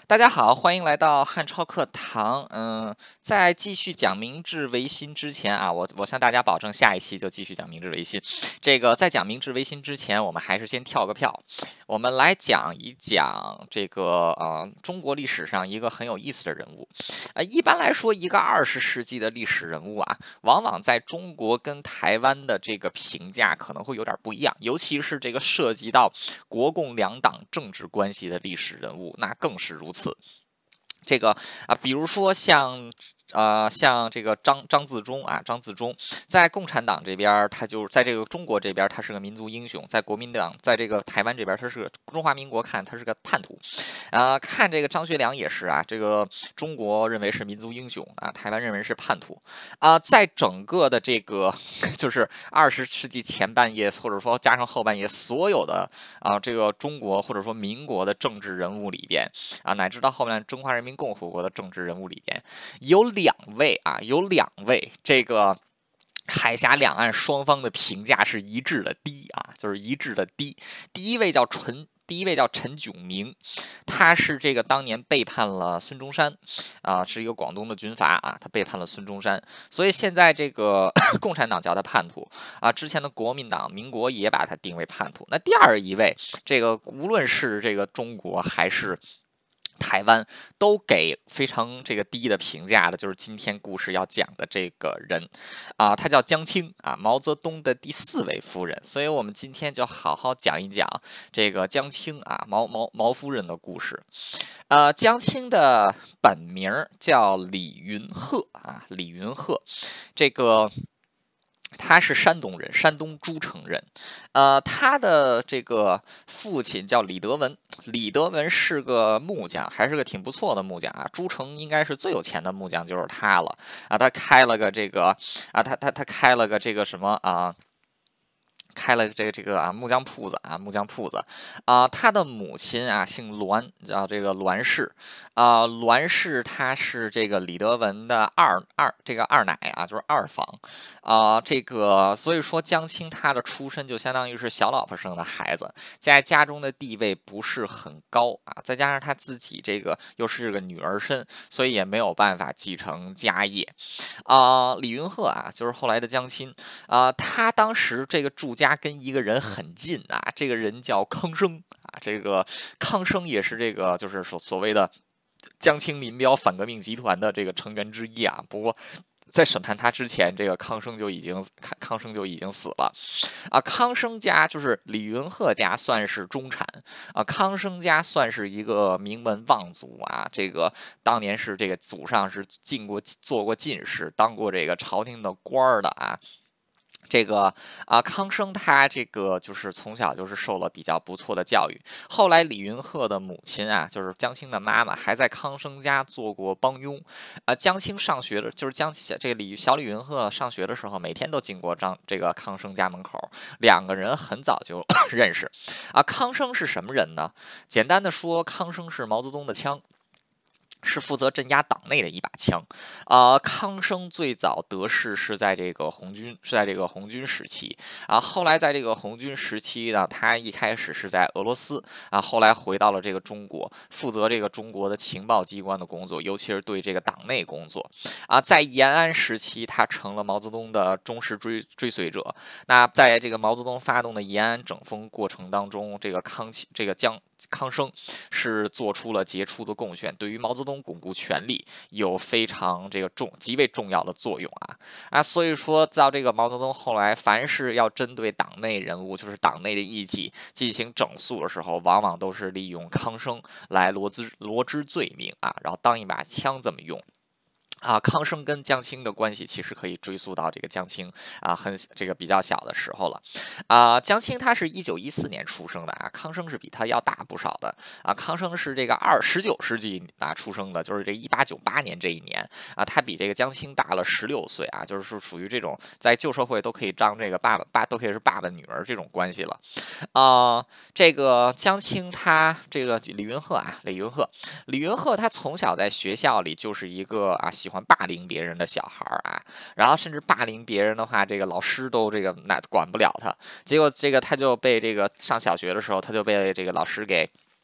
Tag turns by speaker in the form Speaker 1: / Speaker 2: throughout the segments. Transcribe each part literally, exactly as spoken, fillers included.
Speaker 1: 大家好，欢迎来到汉超课堂。嗯，在继续讲明治维新之前啊，我我向大家保证，下一期就继续讲明治维新。这个在讲明治维新之前，我们还是先跳个票，我们来讲一讲这个呃中国历史上一个很有意思的人物。呃，一般来说，一个二十世纪的历史人物啊，往往在中国跟台湾的这个评价可能会有点不一样，尤其是这个涉及到国共两党政治关系的历史人物，那更是如此。这个啊，比如说像。呃，像这个张张自忠啊，张自忠在共产党这边，他就在这个中国这边，他是个民族英雄；在国民党，在这个台湾这边，他是个中华民国看他是个叛徒。啊、呃，看这个张学良也是啊，这个中国认为是民族英雄啊，台湾认为是叛徒啊、呃。在整个的这个就是二十世纪前半叶，或者说加上后半叶，所有的啊、呃、这个中国或者说民国的政治人物里边啊，乃至到后面中华人民共和国的政治人物里边，有两位啊，有两位这个。海峡两岸双方的评价是一致的低啊，就是一致的低。第一位叫陈，第一位叫陈炯明，他是这个当年背叛了孙中山啊，是一个广东的军阀啊，他背叛了孙中山，所以现在这个共产党叫他叛徒啊，之前的国民党、民国也把他定为叛徒。那第二一位，这个无论是这个中国还是台湾都给非常这个低的评价的，就是今天故事要讲的这个人，啊、呃，他叫江青啊，毛泽东的第四位夫人。所以我们今天就好好讲一讲这个江青啊，毛毛毛夫人的故事。呃，江青的本名叫李云鹤啊，李云鹤，这个。他是山东人，山东诸城人。呃，他的这个父亲叫李德文，李德文是个木匠，还是个挺不错的木匠啊。诸城应该是最有钱的木匠就是他了啊。他开了个这个啊，他他他开了个这个什么啊？开了这个这个啊木匠铺子啊木匠铺子啊，他的母亲啊姓栾，叫这个栾氏啊，栾氏他是这个李德文的二二这个二奶啊，就是二房啊，这个所以说江青他的出身就相当于是小老婆生的孩子，在家中的地位不是很高啊，再加上他自己这个又是个女儿身，所以也没有办法继承家业啊。李云鹤啊，就是后来的江青啊，他当时这个住家。家跟一个人很近啊，这个人叫康生啊，这个康生也是这个就是所所谓的江青林彪反革命集团的这个成员之一啊。不过在审判他之前，这个康生就已经康康生就已经死了啊。康生家就是李云鹤家算是中产啊，康生家算是一个名门望族啊。这个当年是这个祖上是进过做过进士，当过这个朝廷的官儿的啊。这个啊，康生他这个就是从小就是受了比较不错的教育。后来李云鹤的母亲啊，就是江青的妈妈，还在康生家做过帮佣。啊，江青上学的，就是江这个李小李云鹤上学的时候，每天都经过张这个康生家门口，两个人很早就认识。啊，康生是什么人呢？简单的说，康生是毛泽东的枪。是负责镇压党内的一把枪，啊、呃，康生最早得势是在这个红军，是在这个红军时期啊，后来在这个红军时期呢，他一开始是在俄罗斯啊，后来回到了这个中国，负责这个中国的情报机关的工作，尤其是对这个党内工作啊，在延安时期，他成了毛泽东的忠实追追随者。那在这个毛泽东发动的延安整风过程当中，这个康这个江。康生是做出了杰出的贡献，对于毛泽东巩固权力有非常这个重极为重要的作用啊啊！所以说，到这个毛泽东后来，凡是要针对党内人物，就是党内的异己进行整肃的时候，往往都是利用康生来罗织罗织罪名啊，然后当一把枪这么用。啊，康生跟江青的关系其实可以追溯到这个江青啊，很这个比较小的时候了。啊，江青他是一九一四年出生的啊，康生是比他要大不少的啊。康生是这个二十九世纪啊出生的，就是这一八九八年这一年啊，他比这个江青大了十六岁啊，就是属于这种在旧社会都可以当这个爸爸爸都可以是爸爸女儿这种关系了。啊，这个江青他这个李云鹤啊，李云鹤，李云鹤他从小在学校里就是一个啊喜欢霸凌别人的小孩啊，然后甚至霸凌别人的话，这个老师都这个那管不了他，结果这个他就被这个上小学的时候，他就被这个老师给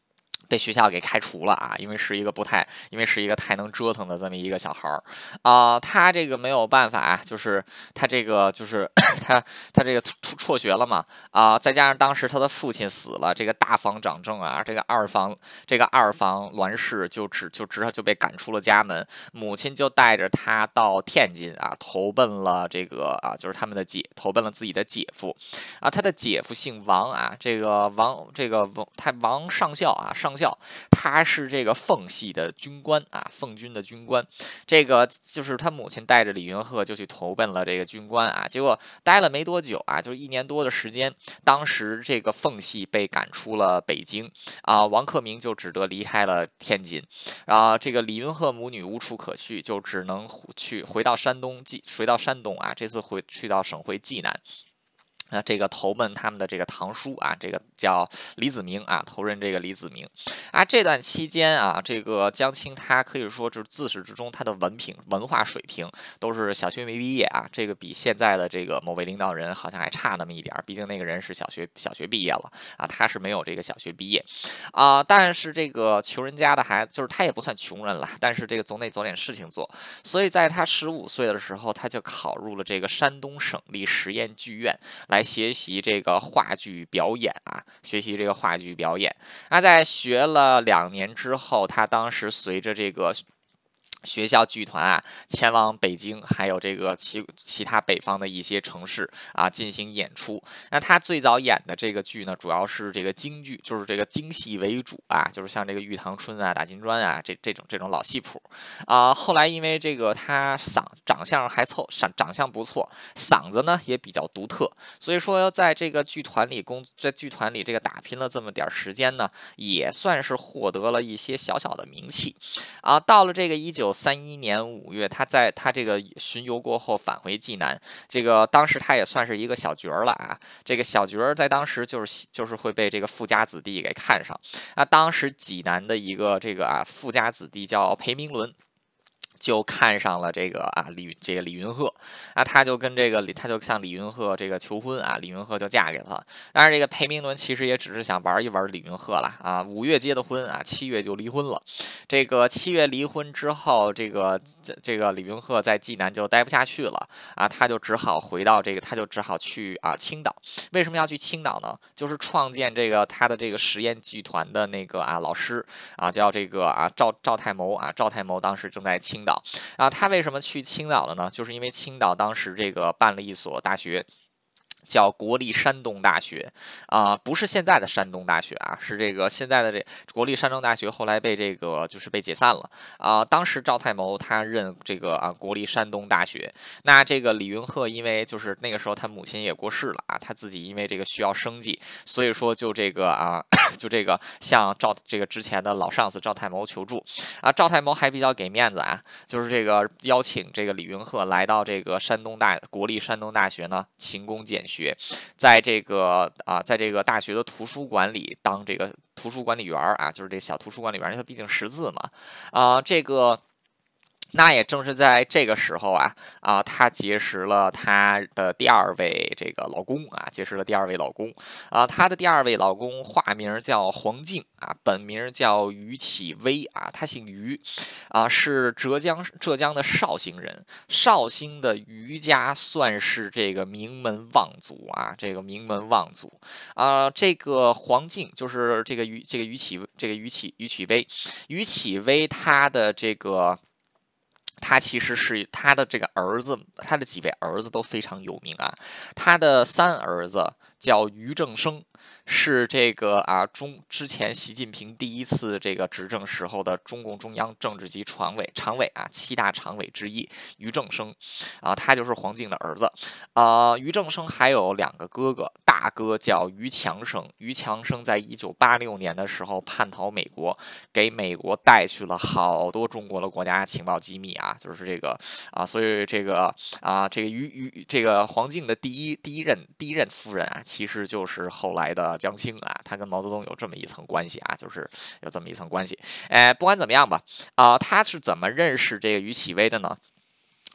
Speaker 1: 被学校给开除了啊，因为是一个不太，因为是一个太能折腾的这么一个小孩儿啊，他这个没有办法，就是他这个就是他他这个辍辍学了嘛啊，再加上当时他的父亲死了，这个大房长政啊，这个二房这个二房栾氏就只就只好就被赶出了家门，母亲就带着他到天津啊，投奔了这个啊，就是他们的姐，投奔了自己的姐夫啊，他的姐夫姓王啊，这个王这个王他王上校啊上。校，他是这个奉系的军官啊，奉军的军官。这个就是他母亲带着李云鹤就去投奔了这个军官啊，结果待了没多久啊，就一年多的时间。当时这个奉系被赶出了北京啊，王克明就只得离开了天津啊。这个李云鹤母女无处可去，就只能去回到山东，济回到山东啊。这次回去到省会济南。啊，这个投奔他们的这个堂叔啊，这个叫李子明啊，投任这个李子明啊。这段期间啊，这个江青他可以说是自始至终他的文凭、文化水平都是小学没毕业啊，这个比现在的这个某位领导人好像还差那么一点儿，毕竟那个人是小学小学毕业了啊，他是没有这个小学毕业啊。但是这个穷人家的孩子，就是他也不算穷人了，但是这个总得找点事情做，所以在他十五岁的时候，他就考入了这个山东省立实验剧院来。学习这个话剧表演啊，学习这个话剧表演。那在学了两年之后，他当时随着这个学校剧团啊，前往北京，还有这个其其他北方的一些城市啊进行演出。那他最早演的这个剧呢，主要是这个京剧，就是这个京戏为主啊，就是像这个《玉堂春》啊、打金砖啊这这种这种老戏谱啊。后来因为这个他嗓长相还凑，长长相不错，嗓子呢也比较独特，所以说在这个剧团里工，在剧团里这个打拼了这么点时间呢，也算是获得了一些小小的名气啊。到了这个一九三一年五月，他在他这个巡游过后返回济南，这个当时他也算是一个小角儿了啊。这个小角儿在当时就是就是会被这个富家子弟给看上啊。当时济南的一个这个啊富家子弟叫裴明伦。就看上了这个啊李这个李云鹤啊，他就跟这个李他就向李云鹤这个求婚啊，李云鹤就嫁给他了。当然，这个裴明伦其实也只是想玩一玩李云鹤了啊。五月结的婚啊，七月就离婚了。这个七月离婚之后，这个这这个李云鹤在济南就待不下去了啊，他就只好回到这个，他就只好去啊青岛。为什么要去青岛呢？就是创建这个他的这个实验剧团的那个啊老师啊，叫这个啊赵赵太谋啊，赵太谋当时正在青岛。啊，他为什么去青岛了呢？就是因为青岛当时这个办了一所大学。叫国立山东大学啊、呃，不是现在的山东大学啊，是这个现在的这国立山东大学，后来被这个就是被解散了啊、呃。当时赵太谋他任这个啊国立山东大学，那这个李云鹤因为就是那个时候他母亲也过世了啊，他自己因为这个需要生计，所以说就这个啊就这个向赵这个之前的老上司赵太谋求助啊。赵太谋还比较给面子啊，就是这个邀请这个李云鹤来到这个山东大国立山东大学呢勤工俭学。在这个啊，在这个大学的图书馆里当这个图书管理员啊，就是这小图书管理员，因为他毕竟识字嘛，啊，这个。那也正是在这个时候啊啊，他结识了他的第二位这个老公啊，结识了第二位老公啊，他的第二位老公化名叫黄敬啊，本名叫于启威啊，他姓于啊，是浙江浙江的绍兴人，绍兴的于家算是这个名门望族啊，这个名门望族啊，这个黄敬就是这个于这个于启这个于启于启威，于启威他的这个。他其实是他的这个儿子，他的几位儿子都非常有名啊。他的三儿子叫于正声，是这个啊中之前习近平第一次这个执政时候的中共中央政治局常委常委啊七大常委之一于正声啊，他就是黄敬的儿子啊。于正声还有两个哥哥，大哥叫于强生，于强生在一九八六年的时候叛逃美国，给美国带去了好多中国的国家情报机密啊。就是这个啊，所以这个啊，这个于于这个黄敬的第一第一任第一任夫人啊，其实就是后来的江青啊，他跟毛泽东有这么一层关系啊，就是有这么一层关系。哎，不管怎么样吧，啊，他是怎么认识这个于启威的呢？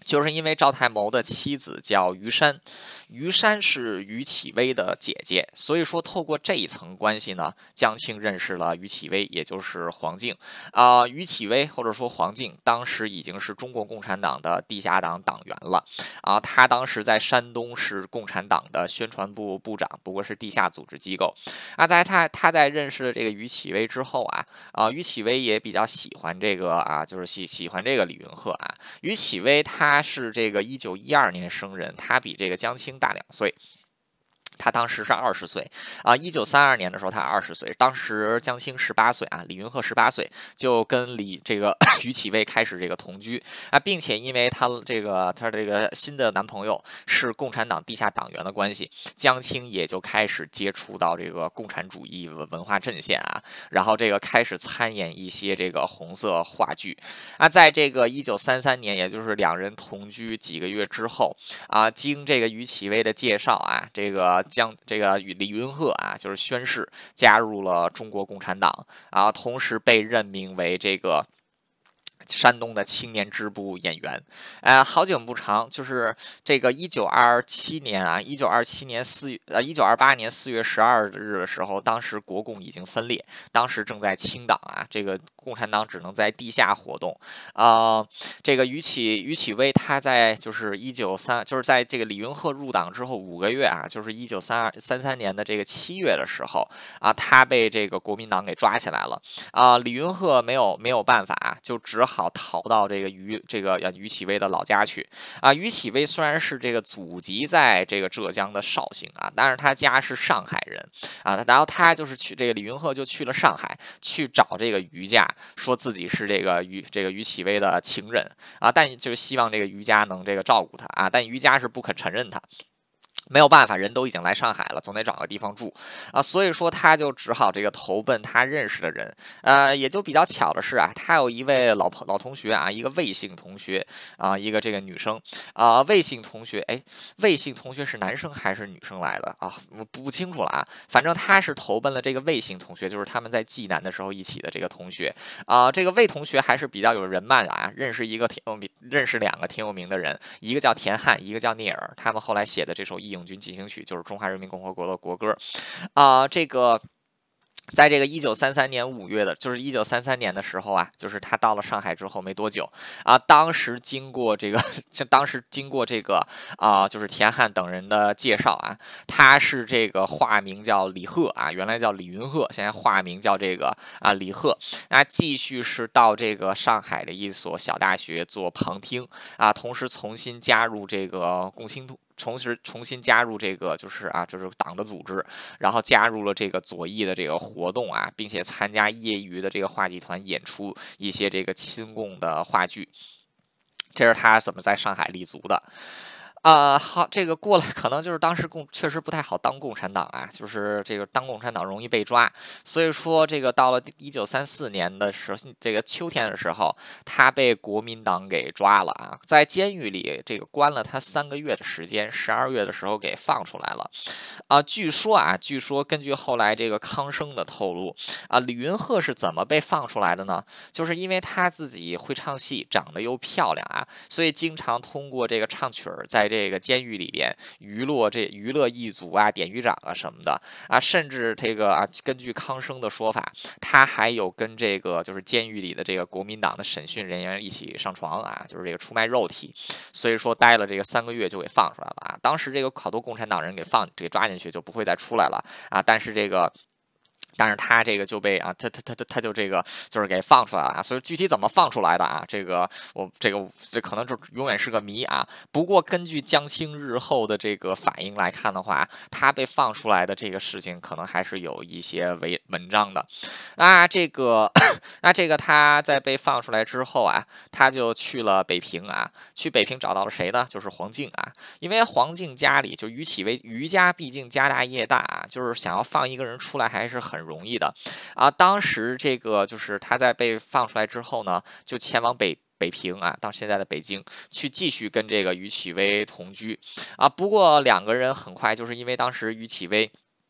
Speaker 1: 就是因为赵太谋的妻子叫于山，于山是于启威的姐姐，所以说透过这一层关系呢，江青认识了于启威，也就是黄敬。啊、呃，于启威或者说黄敬，当时已经是中国共产党的地下党党员了。啊、呃，他当时在山东是共产党的宣传部部长，不过是地下组织机构。啊，在他他在认识了这个于启威之后啊，啊、呃，于启威也比较喜欢这个啊，就是喜喜欢这个李云鹤啊。于启威他是这个一九一二年生人，他比这个江青大两岁。他当时是二十岁啊，一九三二年的时候他二十岁，当时江青十八岁啊，李云鹤十八岁，就跟李这个于启威开始这个同居啊，并且因为他这个他这个新的男朋友是共产党地下党员的关系，江青也就开始接触到这个共产主义文化阵线啊，然后这个开始参演一些这个红色话剧啊，在这个一九三三年，也就是两人同居几个月之后啊，经这个于启威的介绍啊，这个。将这个与李云鹤啊，就是宣誓加入了中国共产党啊，同时被任命为这个。山东的青年支部演员，呃，好景不长，就是这个一九二七年啊，一九二七年四月，呃，一九二八年四月十二日的时候，当时国共已经分裂，当时正在清党啊，这个共产党只能在地下活动，啊、呃，这个于启于启威他在就是一九三，就是在这个李云鹤入党之后五个月啊，就是一九三二三三年的这个七月的时候啊，他被这个国民党给抓起来了啊，李云鹤没有没有办法，就只好。好逃到这个于这个于启威的老家去啊。于启威虽然是这个祖籍在这个浙江的绍兴啊，但是他家是上海人啊。然后他就是去这个李云鹤就去了上海去找这个于家，说自己是这个于这个于启威的情人啊，但就是希望这个于家能这个照顾他啊，但于家是不肯承认他。没有办法，人都已经来上海了，总得找个地方住啊，所以说他就只好这个投奔他认识的人，呃，也就比较巧的是啊，他有一位老朋老同学啊，一个魏姓同学啊，一个这个女生啊，魏姓同学，哎，魏姓同学是男生还是女生来的啊？我不清楚了啊，反正他是投奔了这个魏姓同学，就是他们在济南的时候一起的这个同学啊，这个魏同学还是比较有人脉的啊，认识一个挺有名，认识两个挺有名的人，一个叫田汉，一个叫聂耳，他们后来写的这首义勇军进行曲就是中华人民共和国的国歌啊、呃，这个。在这个一九三三年五月的，就是一九三三年的时候啊，就是他到了上海之后没多久啊，当时经过这个，这当时经过这个啊，就是田汉等人的介绍啊，他是这个化名叫李贺啊，原来叫李云鹤，现在化名叫这个啊李贺，那继续是到这个上海的一所小大学做旁听啊，同时重新加入这个共青团。重时重新加入这个就是啊，就是党的组织，然后加入了这个左翼的这个活动啊，并且参加业余的这个话剧团演出一些这个亲共的话剧，这是他怎么在上海立足的。啊、呃，好，这个过了，可能就是当时共确实不太好当共产党啊，就是这个当共产党容易被抓，所以说这个到了一九三四年的时候，这个秋天的时候，他被国民党给抓了啊，在监狱里这个关了他三个月的时间，十二月的时候给放出来了。啊，据说啊，据说根据后来这个康生的透露啊，李云鹤是怎么被放出来的呢？就是因为他自己会唱戏，长得又漂亮啊，所以经常通过这个唱曲儿，在这个监狱里边娱乐这娱乐狱卒啊、典狱长啊什么的啊，甚至这个啊，根据康生的说法，他还有跟这个就是监狱里的这个国民党的审讯人员一起上床啊，就是这个出卖肉体，所以说待了这个三个月就给放出来了啊。当时这个好多共产党人给放给抓进去就不会再出来了啊，但是这个。但是他这个就被啊，他他他他他就这个就是给放出来了啊，所以具体怎么放出来的啊，这个我这个这可能就永远是个谜啊。不过根据江青日后的这个反应来看的话，他被放出来的这个事情可能还是有一些文文章的。那这个那这个他在被放出来之后啊，他就去了北平啊，去北平找到了谁呢？就是黄敬啊，因为黄敬家里就于启威于家毕竟家大业大啊，就是想要放一个人出来还是很容易的啊。当时这个就是他在被放出来之后呢，就前往北北平啊，到现在的北京去继续跟这个于启威同居啊。不过两个人很快就是因为当时于启威。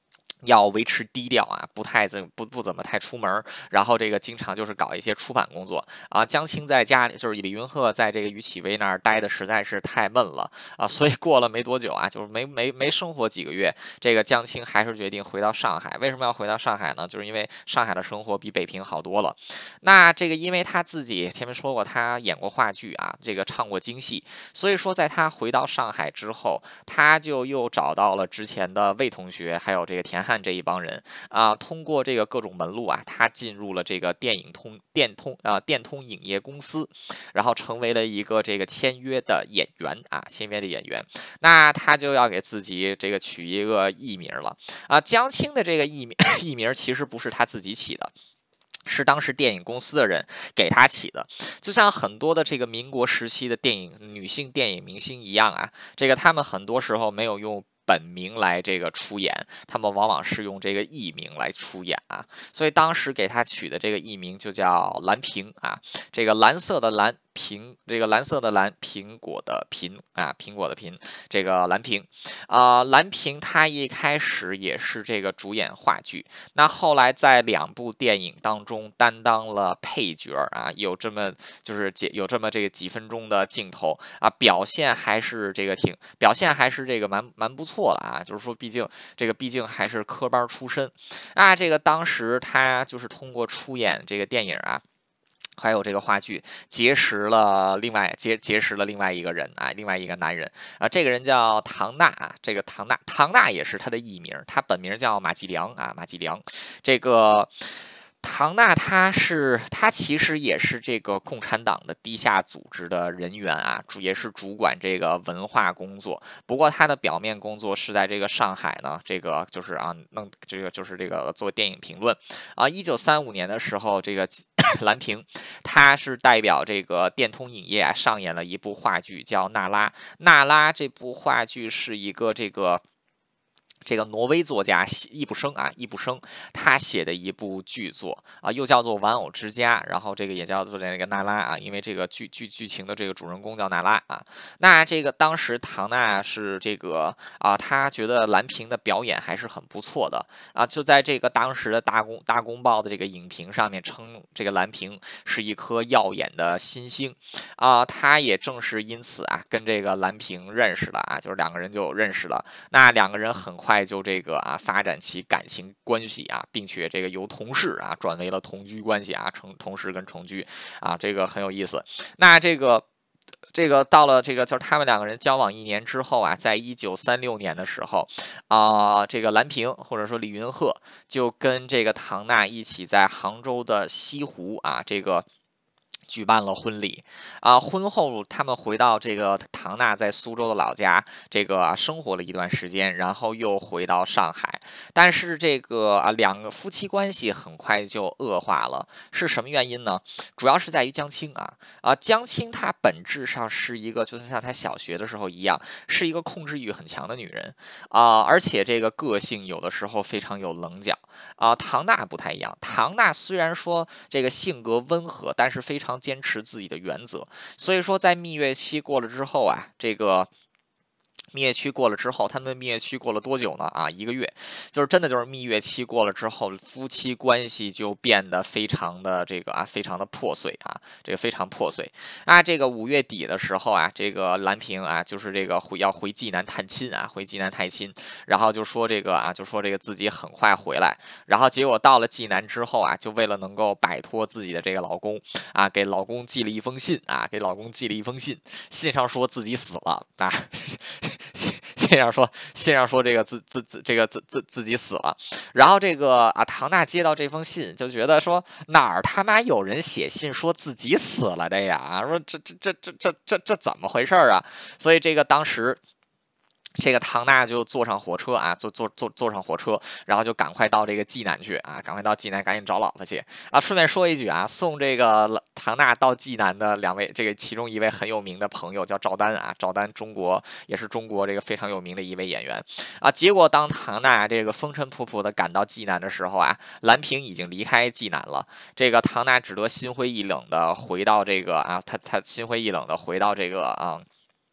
Speaker 1: 要维持低调啊，不太怎不不怎么太出门，然后这个经常就是搞一些出版工作啊。江青在家里，就是李云鹤在这个于启威那儿待的实在是太闷了啊，所以过了没多久啊，就是没没没生活几个月，这个江青还是决定回到上海。为什么要回到上海呢？就是因为上海的生活比北平好多了。那这个因为他自己前面说过，他演过话剧啊，这个唱过京戏，所以说在他回到上海之后，他就又找到了之前的魏同学，还有这个田汉这一帮人啊，通过这个各种门路啊，他进入了这个电影通电通啊电通影业公司，然后成为了一个这个签约的演员啊，签约的演员。那他就要给自己这个取一个艺名了啊。江青的这个艺名艺名其实不是他自己起的。是当时电影公司的人给他起的，就像很多的这个民国时期的电影女性电影明星一样啊，这个他们很多时候没有用本名来这个出演，他们往往是用这个艺名来出演啊，所以当时给他取的这个艺名就叫蓝萍啊，这个蓝色的蓝。苹这个蓝色的蓝，苹果的苹啊，苹果的苹，这个蓝萍啊、呃，蓝萍她一开始也是这个主演话剧，那后来在两部电影当中担当了配角啊，有这么就是几有这么这个几分钟的镜头啊，表现还是这个挺表现还是这个蛮蛮不错的啊，就是说毕竟这个毕竟还是科班出身啊，这个当时他就是通过出演这个电影啊。还有这个话剧，结识了另外结结识了另外一个人啊，另外一个男人啊，这个人叫唐纳啊，这个唐纳唐纳也是他的艺名，他本名叫马继良啊，马继良，这个。唐纳他是他其实也是这个共产党的地下组织的人员啊，主也是主管这个文化工作。不过他的表面工作是在这个上海呢，这个就是啊，弄这个就是这个做电影评论啊。一九三五年的时候，这个蓝萍，他是代表这个电通影业啊上演了一部话剧，叫《娜拉》。娜拉这部话剧是一个这个。这个挪威作家易卜生啊，易卜生他写的一部剧作啊，又叫做《玩偶之家》，然后这个也叫做那个娜拉啊，因为这个剧剧剧情的这个主人公叫娜拉啊。那这个当时唐娜是这个啊，他觉得蓝萍的表演还是很不错的啊，就在这个当时的大公大公报的这个影评上面称这个蓝萍是一颗耀眼的新星啊，他也正是因此啊，跟这个蓝萍认识了啊，就是两个人就认识了。那两个人很快就这个啊发展起感情关系啊，并且这个由同事啊转为了同居关系啊，成同事跟同居啊，这个很有意思。那这个。这个到了这个就是他们两个人交往一年之后啊，在一九三六年的时候啊、呃，这个蓝萍或者说李云鹤就跟这个唐娜一起在杭州的西湖啊这个。举办了婚礼啊，婚后他们回到这个唐娜在苏州的老家，这个、啊、生活了一段时间，然后又回到上海。但是这个啊，两个夫妻关系很快就恶化了，是什么原因呢？主要是在于江青啊啊，江青她本质上是一个，就像她小学的时候一样，是一个控制欲很强的女人啊，而且这个个性有的时候非常有棱角啊。唐娜不太一样，唐娜虽然说这个性格温和，但是非常坚持自己的原则，所以说在蜜月期过了之后啊，这个。蜜月期过了之后，他们的蜜月期过了多久呢？啊，一个月，就是真的就是蜜月期过了之后，夫妻关系就变得非常的这个啊，非常的破碎啊，这个非常破碎啊。这个五月底的时候啊，这个蓝萍啊，就是这个回要回济南探亲啊，回济南探亲，然后就说这个啊，就说这个自己很快回来，然后结果到了济南之后啊，就为了能够摆脱自己的这个老公啊，给老公寄了一封信啊，给老公寄了一封信，信上说自己死了啊。信信上说，信上说这个自自自这个自自自己死了，然后这个啊唐娜接到这封信，就觉得说哪儿他妈有人写信说自己死了的呀？说这这这这这这这怎么回事啊？所以这个当时。这个唐娜就坐上火车啊，坐坐坐坐上火车，然后就赶快到这个济南去啊，赶快到济南赶紧找老婆去啊。顺便说一句啊，送这个唐娜到济南的两位，这个其中一位很有名的朋友叫赵丹啊，赵丹中国也是中国这个非常有名的一位演员啊。结果当唐娜这个风尘仆仆的赶到济南的时候啊，蓝萍已经离开济南了，这个唐娜只得心灰意冷的回到这个啊，他他心灰意冷的回到这个啊。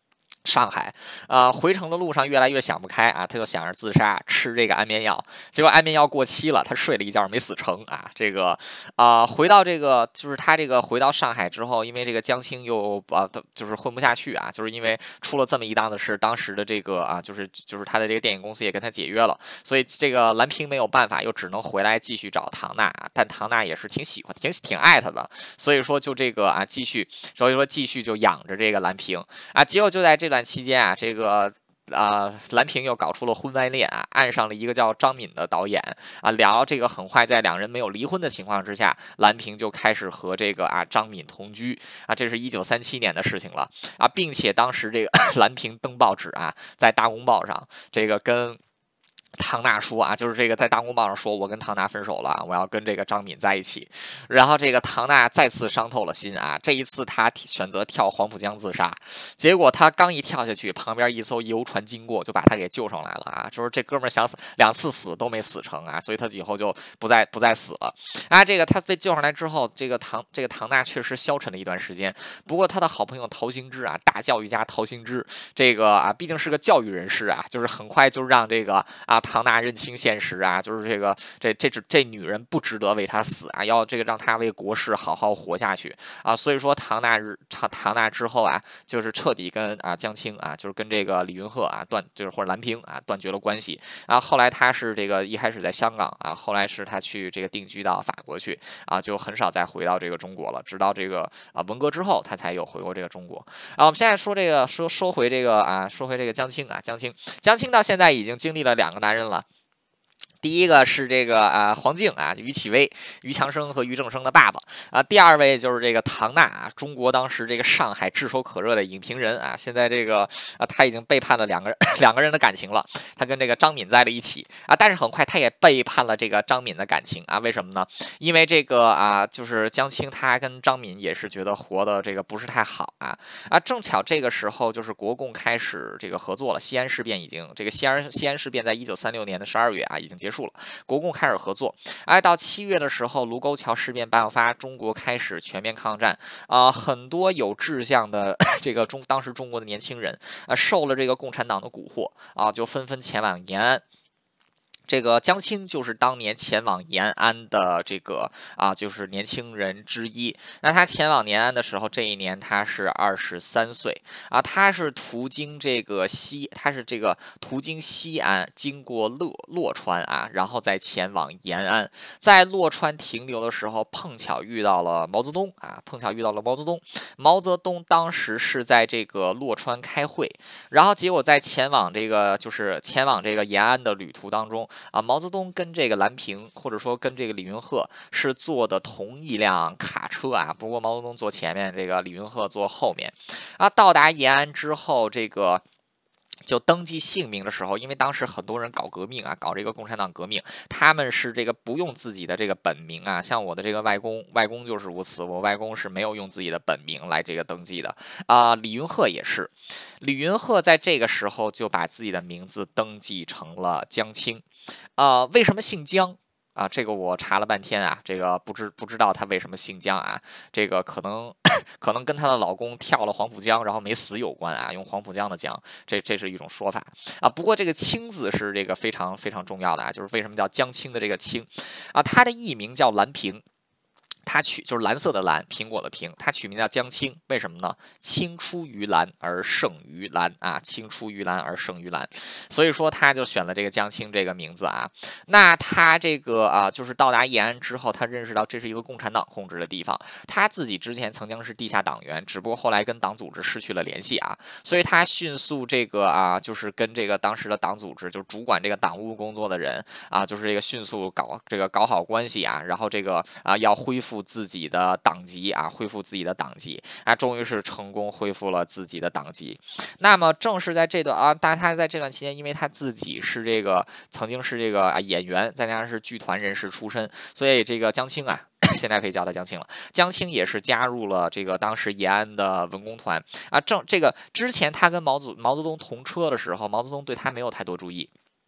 Speaker 1: 上海，呃，回程的路上越来越想不开啊，他就想着自杀，吃这个安眠药，结果安眠药过期了，他睡了一觉没死成啊。这个，啊、回到这个就是他这个回到上海之后，因为这个江青又啊、就是混不下去啊，就是因为出了这么一档子事，当时的这个啊，就是就是他的这个电影公司也跟他解约了，所以这个蓝平没有办法，又只能回来继续找唐娜，但唐娜也是挺喜欢、挺挺爱他的，所以说就这个啊，继续，所以说继续就养着这个蓝平。啊，结果就在这段期间啊，这个。啊，蓝平又搞出了婚外恋啊，爱上了一个叫张敏的导演啊，聊这个很快，在两人没有离婚的情况之下，蓝平就开始和这个啊张敏同居啊，这是一九三七年的事情了啊，并且当时这个蓝平登报纸啊，在大公报上这个跟。唐娜说啊，就是这个在大公报上说，我跟唐娜分手了，我要跟这个张敏在一起。然后这个唐娜再次伤透了心啊，这一次她选择跳黄浦江自杀，结果他刚一跳下去，旁边一艘游船经过，就把他给救上来了啊！就是这哥们儿想死，两次死都没死成啊，所以他以后就不再不再死了啊。这个他被救上来之后，这个唐这个唐娜确实消沉了一段时间。不过他的好朋友陶行知啊，大教育家陶行知，这个啊毕竟是个教育人士啊，就是很快就让这个啊唐娜认清现实啊，就是这个这这这这女人不值得为他死啊，要这个让他为国事好好活下去啊。所以说唐娜唐唐娜之后啊，就是彻底跟啊江青啊，就是跟这个李云鹤啊断，就是或者蓝平啊断绝了关系啊。后来他是这个一开始在香港啊，后来是他去这个定居到法国去啊，就很少再回到这个中国了。直到这个啊文革之后，他才有回过这个中国啊。我们现在说这个说说回这个啊，说回这个江青啊，江青江青到现在已经经历了两个男人了。第一个是这个啊黄静啊，于启威、于强生和于正生的爸爸啊。第二位就是这个唐娜啊，中国当时这个上海炙手可热的影评人啊。现在这个啊，他已经背叛了两个人两个人的感情了，他跟这个张敏在了一起啊，但是很快他也背叛了这个张敏的感情啊。为什么呢？因为这个啊，就是江青他跟张敏也是觉得活的这个不是太好啊啊。正巧这个时候就是国共开始这个合作了，西安事变已经这个西安西安事变在一九三六年的十二月啊已经结束。结束了，国共开始合作。哎，到七月的时候，卢沟桥事变爆发，中国开始全面抗战。啊、呃，很多有志向的这个中当时中国的年轻人，呃，受了这个共产党的蛊惑啊、呃，就纷纷前往延安。这个江青就是当年前往延安的这个啊，就是年轻人之一。那他前往延安的时候，这一年他是二十三岁啊，他是途经这个西，他是这个途经西安，经过洛洛川啊，然后再前往延安。在洛川停留的时候，碰巧遇到了毛泽东啊，碰巧遇到了毛泽东。毛泽东当时是在这个洛川开会，然后结果在前往这个就是前往这个延安的旅途当中。啊，毛泽东跟这个蓝平，或者说跟这个李云鹤是坐的同一辆卡车啊，不过毛泽东坐前面，这个李云鹤坐后面。啊，到达延安之后，这个。就登记姓名的时候，因为当时很多人搞革命啊，搞这个共产党革命，他们是这个不用自己的这个本名啊。像我的这个外公，外公就是如此，我外公是没有用自己的本名来这个登记的啊。李云鹤也是，李云鹤在这个时候就把自己的名字登记成了江青。呃，为什么姓江？啊，这个我查了半天啊，这个不知不知道他为什么姓江啊？这个可能可能跟她的老公跳了黄浦江，然后没死有关啊，用黄浦江的江，这这是一种说法啊。不过这个青字是这个非常非常重要的啊，就是为什么叫江青的这个青啊，它的艺名叫蓝萍。它取就是蓝色的蓝，苹果的苹，它取名叫江青，为什么呢？青出于蓝而胜于蓝啊，青出于蓝而胜于蓝，所以说他就选了这个江青这个名字啊。那他这个啊，就是到达延安之后，他认识到这是一个共产党控制的地方，他自己之前曾经是地下党员，只不过后来跟党组织失去了联系啊，所以他迅速这个啊，就是跟这个当时的党组织，就是主管这个党务工作的人啊，就是这个迅速搞这个搞好关系啊，然后这个啊要恢复。自己的党籍啊，恢复自己的党籍啊，终于是成功恢复了自己的党籍。那么正是在这段啊，但他在这段期间，因为他自己是这个曾经是这个啊演员，再加上是剧团人士出身，所以这个江青啊。现在可以叫他江青了。江青也是加入了这个当时延安的文工团啊。正这个之前他跟毛泽毛泽东同车的时候，毛泽东对他没有太多注意。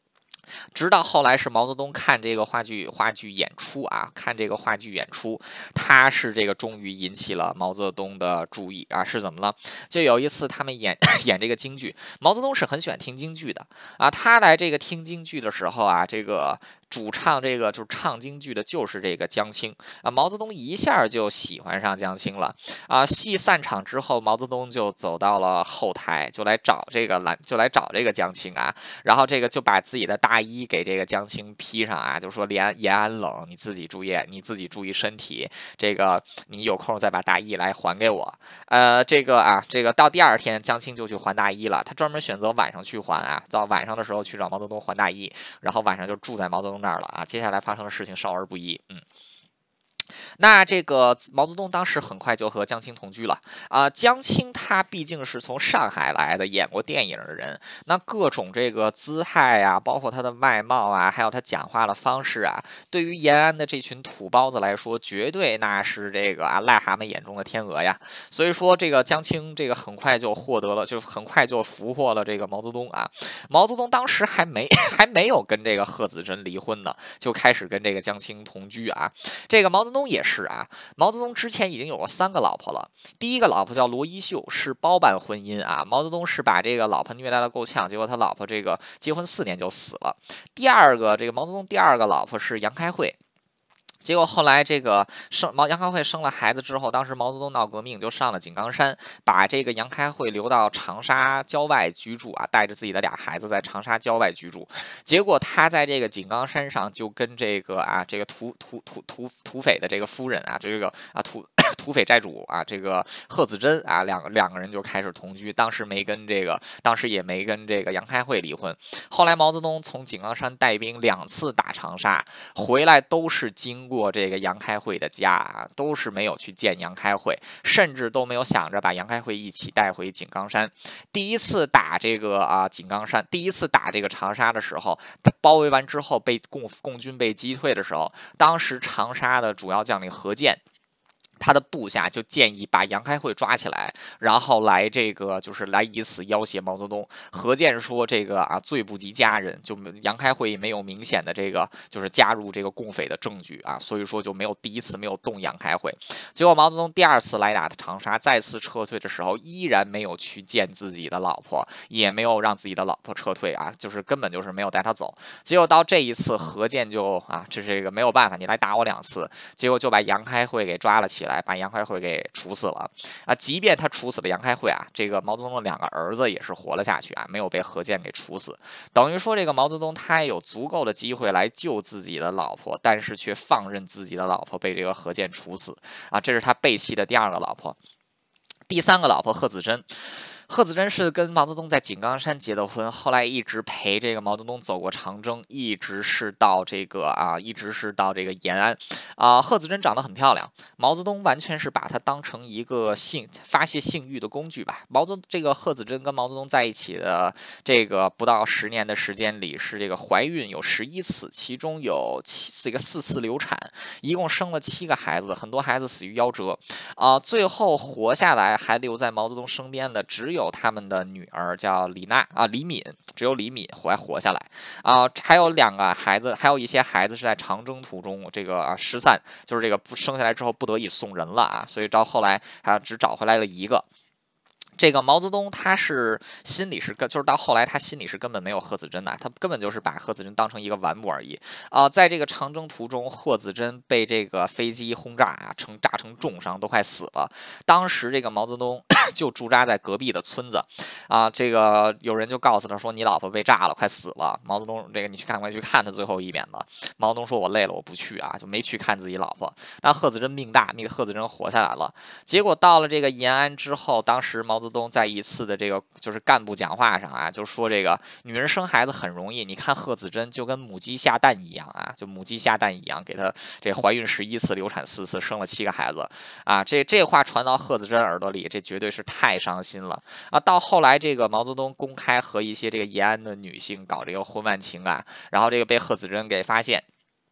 Speaker 1: 直到后来是毛泽东看这个话剧话剧演出啊，看这个话剧演出，他是这个终于引起了毛泽东的注意啊，是怎么了？就有一次他们演演这个京剧，毛泽东是很喜欢听京剧的啊，他来这个听京剧的时候啊，这个。主唱这个就是唱京剧的，就是这个江青啊。毛泽东一下就喜欢上江青了啊。戏散场之后，毛泽东就走到了后台，就来找这个蓝，就来找这个江青啊。然后这个就把自己的大衣给这个江青披上啊，就说延延安冷，你自己注意，你自己注意身体。这个你有空再把大衣来还给我。呃，这个啊，这个到第二天，江青就去还大衣了。他专门选择晚上去还啊，到晚上的时候去找毛泽东还大衣，然后晚上就住在毛泽东那儿了啊。接下来发生的事情少儿不宜，嗯。那这个毛泽东当时很快就和江青同居了啊。江青他毕竟是从上海来的，演过电影的人，那各种这个姿态啊，包括他的外貌啊，还有他讲话的方式啊，对于延安的这群土包子来说，绝对那是这个啊癞蛤蟆眼中的天鹅呀。所以说，这个江青这个很快就获得了，就很快就俘获了这个毛泽东啊。毛泽东当时还没还没有跟这个贺子珍离婚呢，就开始跟这个江青同居啊。这个毛泽东也是啊，毛泽东之前已经有过三个老婆了。第一个老婆叫罗一秀，是包办婚姻啊。毛泽东是把这个老婆虐待的够呛，结果他老婆这个结婚四年就死了。第二个，这个毛泽东第二个老婆是杨开慧。结果后来这个生毛杨开慧生了孩子之后，当时毛泽东闹革命，就上了井冈山，把这个杨开慧留到长沙郊外居住啊，带着自己的俩孩子在长沙郊外居住。结果他在这个井冈山上就跟这个啊这个土土土土土匪的这个夫人啊，这个啊土土匪债主啊，这个贺子珍啊，两个两个人就开始同居。当时没跟这个，当时也没跟这个杨开慧离婚。后来毛泽东从井冈山带兵两次打长沙，回来都是经过这个杨开慧的家啊，都是没有去见杨开慧，甚至都没有想着把杨开慧一起带回井冈山。第一次打这个啊井冈山，第一次打这个长沙的时候，包围完之后被共共军被击退的时候，当时长沙的主要将领何键。他的部下就建议把杨开慧抓起来，然后来这个就是来以此要挟毛泽东。何键说这个啊罪不及家人，就杨开慧没有明显的这个就是加入这个共匪的证据啊，所以说就没有第一次没有动杨开慧。结果毛泽东第二次来打长沙，再次撤退的时候，依然没有去见自己的老婆，也没有让自己的老婆撤退啊，就是根本就是没有带他走。结果到这一次，何键就啊这是一个没有办法，你来打我两次，结果就把杨开慧给抓了起来。把杨开慧给处死了啊！即便他处死了杨开慧啊，这个毛泽东的两个儿子也是活了下去啊，没有被何键给处死。等于说，这个毛泽东他也有足够的机会来救自己的老婆，但是却放任自己的老婆被这个何键处死啊！这是他背弃的第二个老婆。第三个老婆贺子珍。贺子珍是跟毛泽东在井冈山结的婚，后来一直陪这个毛泽东走过长征，一直是到这个啊，一直是到这个延安啊。贺子珍长得很漂亮，毛泽东完全是把她当成一个性发泄性欲的工具吧。毛泽这个贺子珍跟毛泽东在一起的这个不到十年的时间里，是这个怀孕有十一次，其中有七这个四次流产，一共生了七个孩子，很多孩子死于夭折啊。最后活下来还留在毛泽东身边的只有。有他们的女儿叫李娜啊，李敏，只有李敏活还活下来啊，还有两个孩子，还有一些孩子是在长征途中这个啊失散，就是这个生下来之后不得已送人了啊，所以到后来还只找回来了一个。这个毛泽东他是心里是就是到后来他心里是根本没有贺子珍的，他根本就是把贺子珍当成一个玩物而已啊、呃。在这个长征途中，贺子珍被这个飞机轰炸啊，成炸成重伤，都快死了。当时这个毛泽东就驻扎在隔壁的村子啊，这个有人就告诉他说：“你老婆被炸了，快死了。”毛泽东这个你去赶快去看他最后一面吧。毛泽东说：“我累了，我不去啊，就没去看自己老婆。”但贺子珍命大，那个贺子珍活下来了。结果到了这个延安之后，当时毛泽东在一次的这个就是干部讲话上啊，就说这个女人生孩子很容易，你看贺子珍就跟母鸡下蛋一样啊，就母鸡下蛋一样，给她这怀孕十一次，流产四次，生了七个孩子啊。这这话传到贺子珍耳朵里，这绝对是太伤心了啊。到后来，这个毛泽东公开和一些这个延安的女性搞这个婚外情啊，然后这个被贺子珍给发现。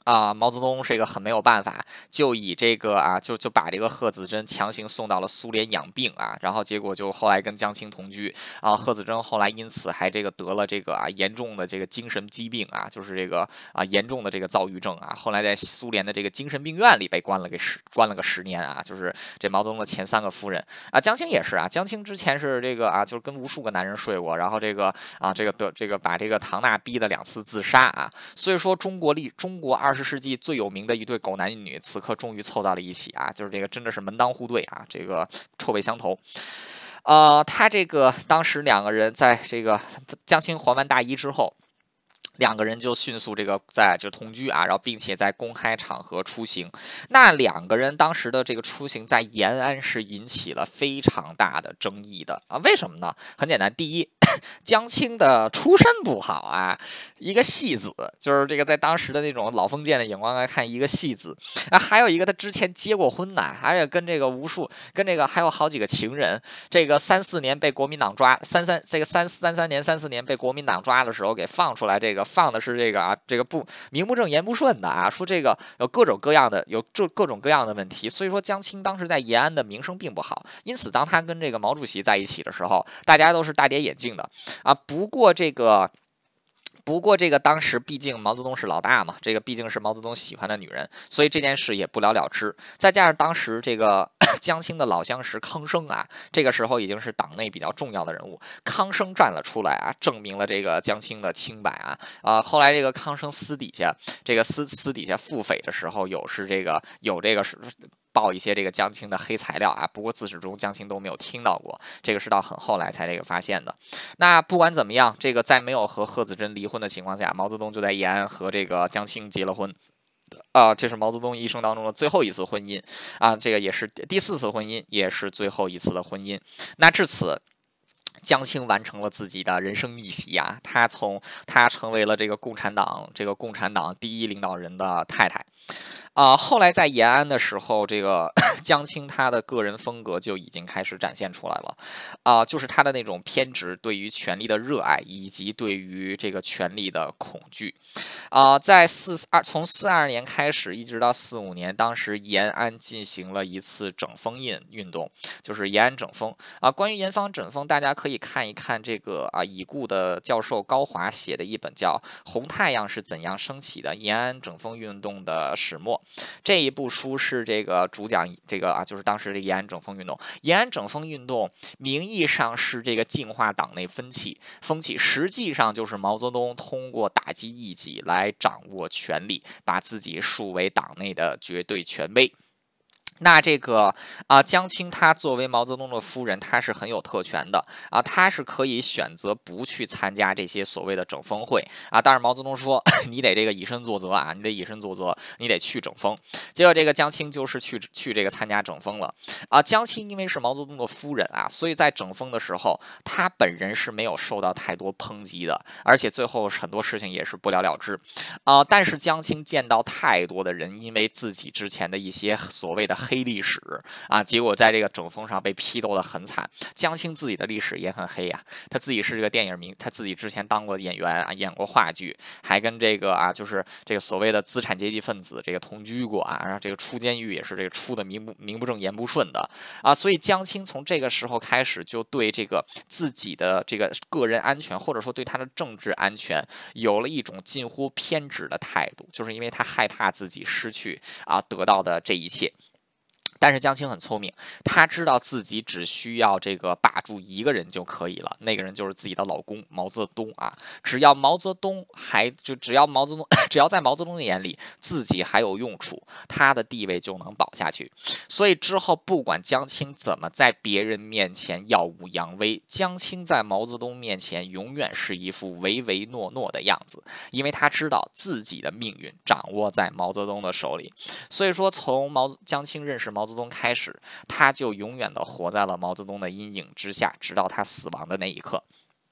Speaker 1: 啊，毛泽东这个很没有办法，就以这个啊，就就把这个贺子珍强行送到了苏联养病啊，然后结果就后来跟江青同居啊，贺子珍后来因此还这个得了这个啊严重的这个精神疾病啊，就是这个啊严重的这个躁郁症啊，后来在苏联的这个精神病院里被关了个十关了个十年啊，就是这毛泽东的前三个夫人啊，江青也是啊，江青之前是这个啊，就是跟无数个男人睡过，然后这个啊这个得这个把这个唐娜逼了两次自杀啊，所以说中国历中国二十世纪最有名的一对狗男女，此刻终于凑到了一起啊！就是这个真的是门当户对啊，这个臭味相投。呃，他这个当时两个人在这个江青还完大衣之后。两个人就迅速这个在就同居啊，然后并且在公开场合出行。那两个人当时的这个出行在延安是引起了非常大的争议的啊，为什么呢？很简单，第一。江青的出身不好啊，一个戏子，就是这个在当时的那种老封建的眼光来看，一个戏子啊，还有一个他之前结过婚呐，而且跟这个无数跟这个还有好几个情人，这个三四年被国民党抓，三三这个三三三年三四年被国民党抓的时候给放出来，这个放的是这个啊，这个不名不正言不顺的啊，说这个有各种各样的有这各种各样的问题，所以说江青当时在延安的名声并不好，因此当他跟这个毛主席在一起的时候，大家都是大跌眼镜的。啊，不过这个，不过这个当时毕竟毛泽东是老大嘛，这个毕竟是毛泽东喜欢的女人，所以这件事也不了了之。再加上当时这个江青的老相识康生啊，这个时候已经是党内比较重要的人物，康生站了出来啊，证明了这个江青的清白啊。啊，后来这个康生私底下这个私私底下腹诽的时候，有是这个有这个是。报一些这个江青的黑材料啊，不过自始终江青都没有听到过，这个是到很后来才这个发现的。那不管怎么样，这个在没有和贺子珍离婚的情况下，毛泽东就在延安和这个江青结了婚。啊、呃，这是毛泽东一生当中的最后一次婚姻啊，这个也是第四次婚姻，也是最后一次的婚姻。那至此。江青完成了自己的人生逆袭啊！他从他成为了这个共产党这个共产党第一领导人的太太。啊、呃，后来在延安的时候，这个江青他的个人风格就已经开始展现出来了，啊、呃，就是他的那种偏执，对于权力的热爱，以及对于这个权力的恐惧，啊、呃，在四二从四二年开始，一直到四五年，当时延安进行了一次整风运运动，就是延安整风啊、呃。关于延安整风，大家可以看一看这个啊已故的教授高华写的一本叫《红太阳是怎样升起的：延安整风运动的始末》。这一部书是这个主讲这个啊，就是当时的延安整风运动。延安整风运动名义上是这个净化党内分歧风气，实际上就是毛泽东通过打击异己来掌握权力，把自己树为党内的绝对权威。那这个啊、呃，江青她作为毛泽东的夫人，她是很有特权的啊，她是可以选择不去参加这些所谓的整风会啊。但是毛泽东说，你得这个以身作则啊，你得以身作则，你得去整风。结果这个江青就是去去这个参加整风了啊。江青因为是毛泽东的夫人啊，所以在整风的时候，她本人是没有受到太多抨击的，而且最后很多事情也是不了了之啊。但是江青见到太多的人因为自己之前的一些所谓的黑历史啊，结果在这个整风上被批斗的很惨。江青自己的历史也很黑呀、啊，他自己是这个电影明，他自己之前当过演员啊，演过话剧，还跟这个啊，就是这个所谓的资产阶级分子这个同居过啊，然后这个出监狱也是这个出的名不名不正言不顺的啊，所以江青从这个时候开始就对这个自己的这个个人安全，或者说对他的政治安全，有了一种近乎偏执的态度，就是因为他害怕自己失去啊得到的这一切。但是江青很聪明，他知道自己只需要这个把住一个人就可以了，那个人就是自己的老公毛泽东啊。只要毛泽东还就只要毛泽东只要在毛泽东的眼里自己还有用处，他的地位就能保下去。所以之后不管江青怎么在别人面前耀武扬威，江青在毛泽东面前永远是一副唯唯诺诺的样子，因为他知道自己的命运掌握在毛泽东的手里。所以说，从毛江青认识毛。毛泽东开始，他就永远的活在了毛泽东的阴影之下，直到他死亡的那一刻。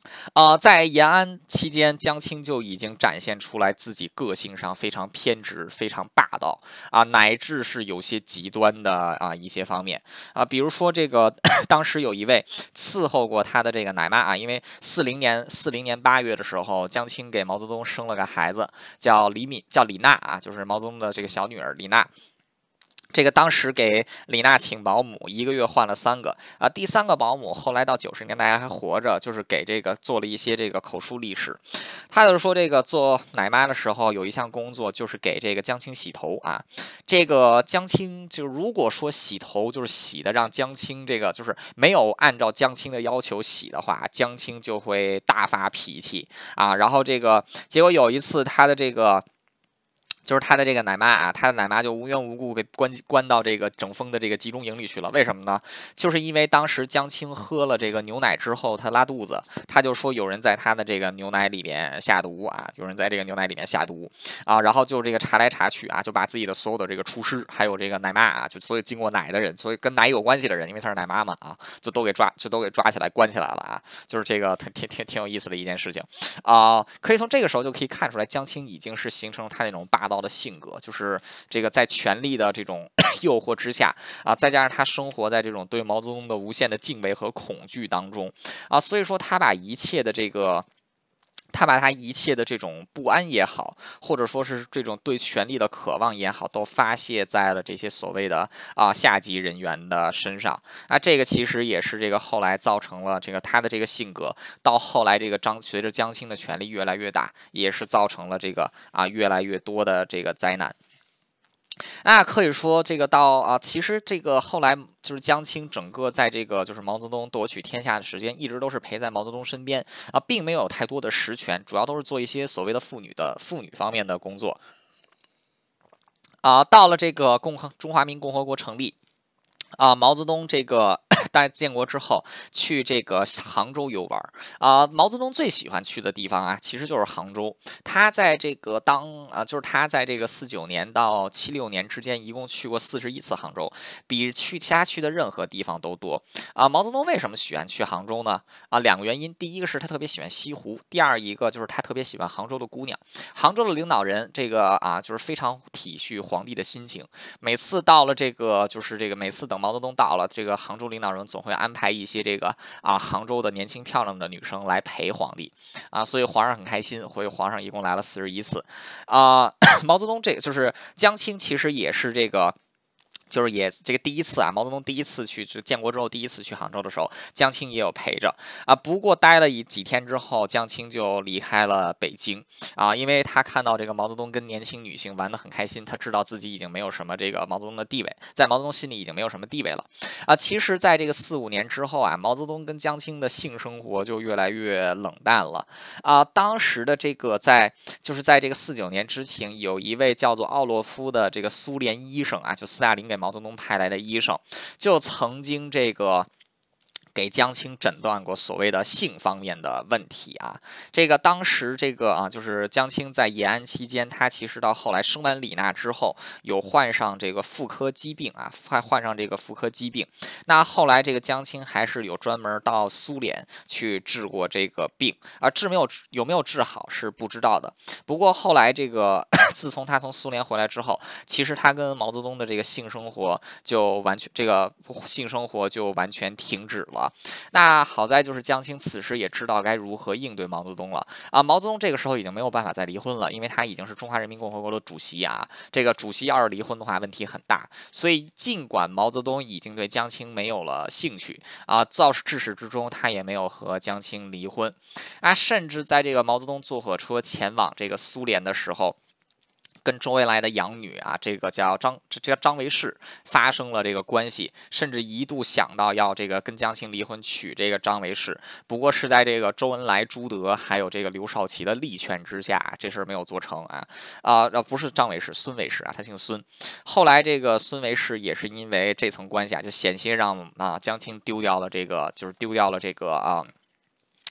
Speaker 1: 呃，在延安期间，江青就已经展现出来自己个性上非常偏执、非常霸道啊，乃至是有些极端的啊一些方面啊，比如说这个当时有一位伺候过他的这个奶妈啊，因为四零年四零年八月的时候，江青给毛泽东生了个孩子，叫李敏，叫李娜啊，就是毛泽东的这个小女儿李娜。这个当时给李娜请保姆，一个月换了三个啊。第三个保姆后来到九十年代还活着，就是给这个做了一些这个口述历史。他就是说，这个做奶妈的时候有一项工作就是给这个江青洗头啊。这个江青就如果说洗头就是洗的让江青这个就是没有按照江青的要求洗的话，江青就会大发脾气啊。然后这个结果有一次他的这个。就是他的这个奶妈啊，他的奶妈就无缘无故被关关到这个整风的这个集中营里去了。为什么呢？就是因为当时江青喝了这个牛奶之后，他拉肚子，他就说有人在他的这个牛奶里面下毒啊，有人在这个牛奶里面下毒啊，然后就这个查来查去啊，就把自己的所有的这个厨师还有这个奶妈啊，就所有经过奶的人，所以跟奶有关系的人，因为他是奶妈嘛啊，就都给抓，就都给抓起来关起来了啊，就是这个挺挺挺挺有意思的一件事情啊、呃，可以从这个时候就可以看出来，江青已经是形成他那种霸道的性格，就是这个在权力的这种诱惑之下啊，再加上他生活在这种对毛泽东的无限的敬畏和恐惧当中啊，所以说他把一切的这个。他把他一切的这种不安也好，或者说是这种对权力的渴望也好，都发泄在了这些所谓的啊下级人员的身上啊。这个其实也是这个后来造成了这个他的这个性格，到后来这个张随着江青的权力越来越大，也是造成了这个啊越来越多的这个灾难。那可以说，这个到啊，其实这个后来就是江青整个在这个就是毛泽东夺取天下的时间，一直都是陪在毛泽东身边啊，并没有太多的实权，主要都是做一些所谓的妇女的妇女方面的工作啊。到了这个共和中华民共和国成立啊，毛泽东这个。在建国之后，去这个杭州游玩啊、呃，毛泽东最喜欢去的地方啊，其实就是杭州。他在这个当啊、呃，就是他在这个四九年到七六年之间，一共去过四十一次杭州，比去其他去的任何地方都多啊、呃。毛泽东为什么喜欢去杭州呢？啊、呃，两个原因，第一个是他特别喜欢西湖，第二一个就是他特别喜欢杭州的姑娘。杭州的领导人这个啊，就是非常体恤皇帝的心情，每次到了这个，就是这个每次等毛泽东到了，这个杭州领导人总会安排一些这个啊杭州的年轻漂亮的女生来陪皇帝啊，所以皇上很开心，所以皇上一共来了四十一次啊。毛泽东这个就是江青，其实也是这个。就是也这个第一次啊，毛泽东第一次去，就建国之后第一次去杭州的时候，江青也有陪着啊。不过待了一几天之后，江青就离开了北京啊，因为他看到这个毛泽东跟年轻女性玩得很开心，他知道自己已经没有什么这个毛泽东的地位，在毛泽东心里已经没有什么地位了啊。其实，在这个四五年之后啊，毛泽东跟江青的性生活就越来越冷淡了啊。当时的这个在就是在这个四九年之前，有一位叫做奥洛夫的这个苏联医生啊，就斯大林给毛泽东派来的医生，就曾经这个。给江青诊断过所谓的性方面的问题啊，这个当时这个啊，就是江青在延安期间，他其实到后来生完李娜之后，有患上这个妇科疾病啊，患患上这个妇科疾病。那后来这个江青还是有专门到苏联去治过这个病啊，治没有有没有治好是不知道的。不过后来这个自从他从苏联回来之后，其实他跟毛泽东的这个性生活就完全这个性生活就完全停止了。那好在就是江青此时也知道该如何应对毛泽东了啊。毛泽东这个时候已经没有办法再离婚了，因为他已经是中华人民共和国的主席啊。这个主席要是离婚的话，问题很大。所以尽管毛泽东已经对江青没有了兴趣啊，造至始至终他也没有和江青离婚啊。甚至在这个毛泽东坐火车前往这个苏联的时候。跟周恩来的养女啊，这个叫张，这叫张维世，发生了这个关系，甚至一度想到要这个跟江青离婚，娶这个张维世。不过是在这个周恩来、朱德还有这个刘少奇的力劝之下，这事儿没有做成啊啊呃，不是张维世，孙维世啊，他姓孙。后来这个孙维世也是因为这层关系啊，就险些让啊江青丢掉了这个，就是丢掉了这个啊。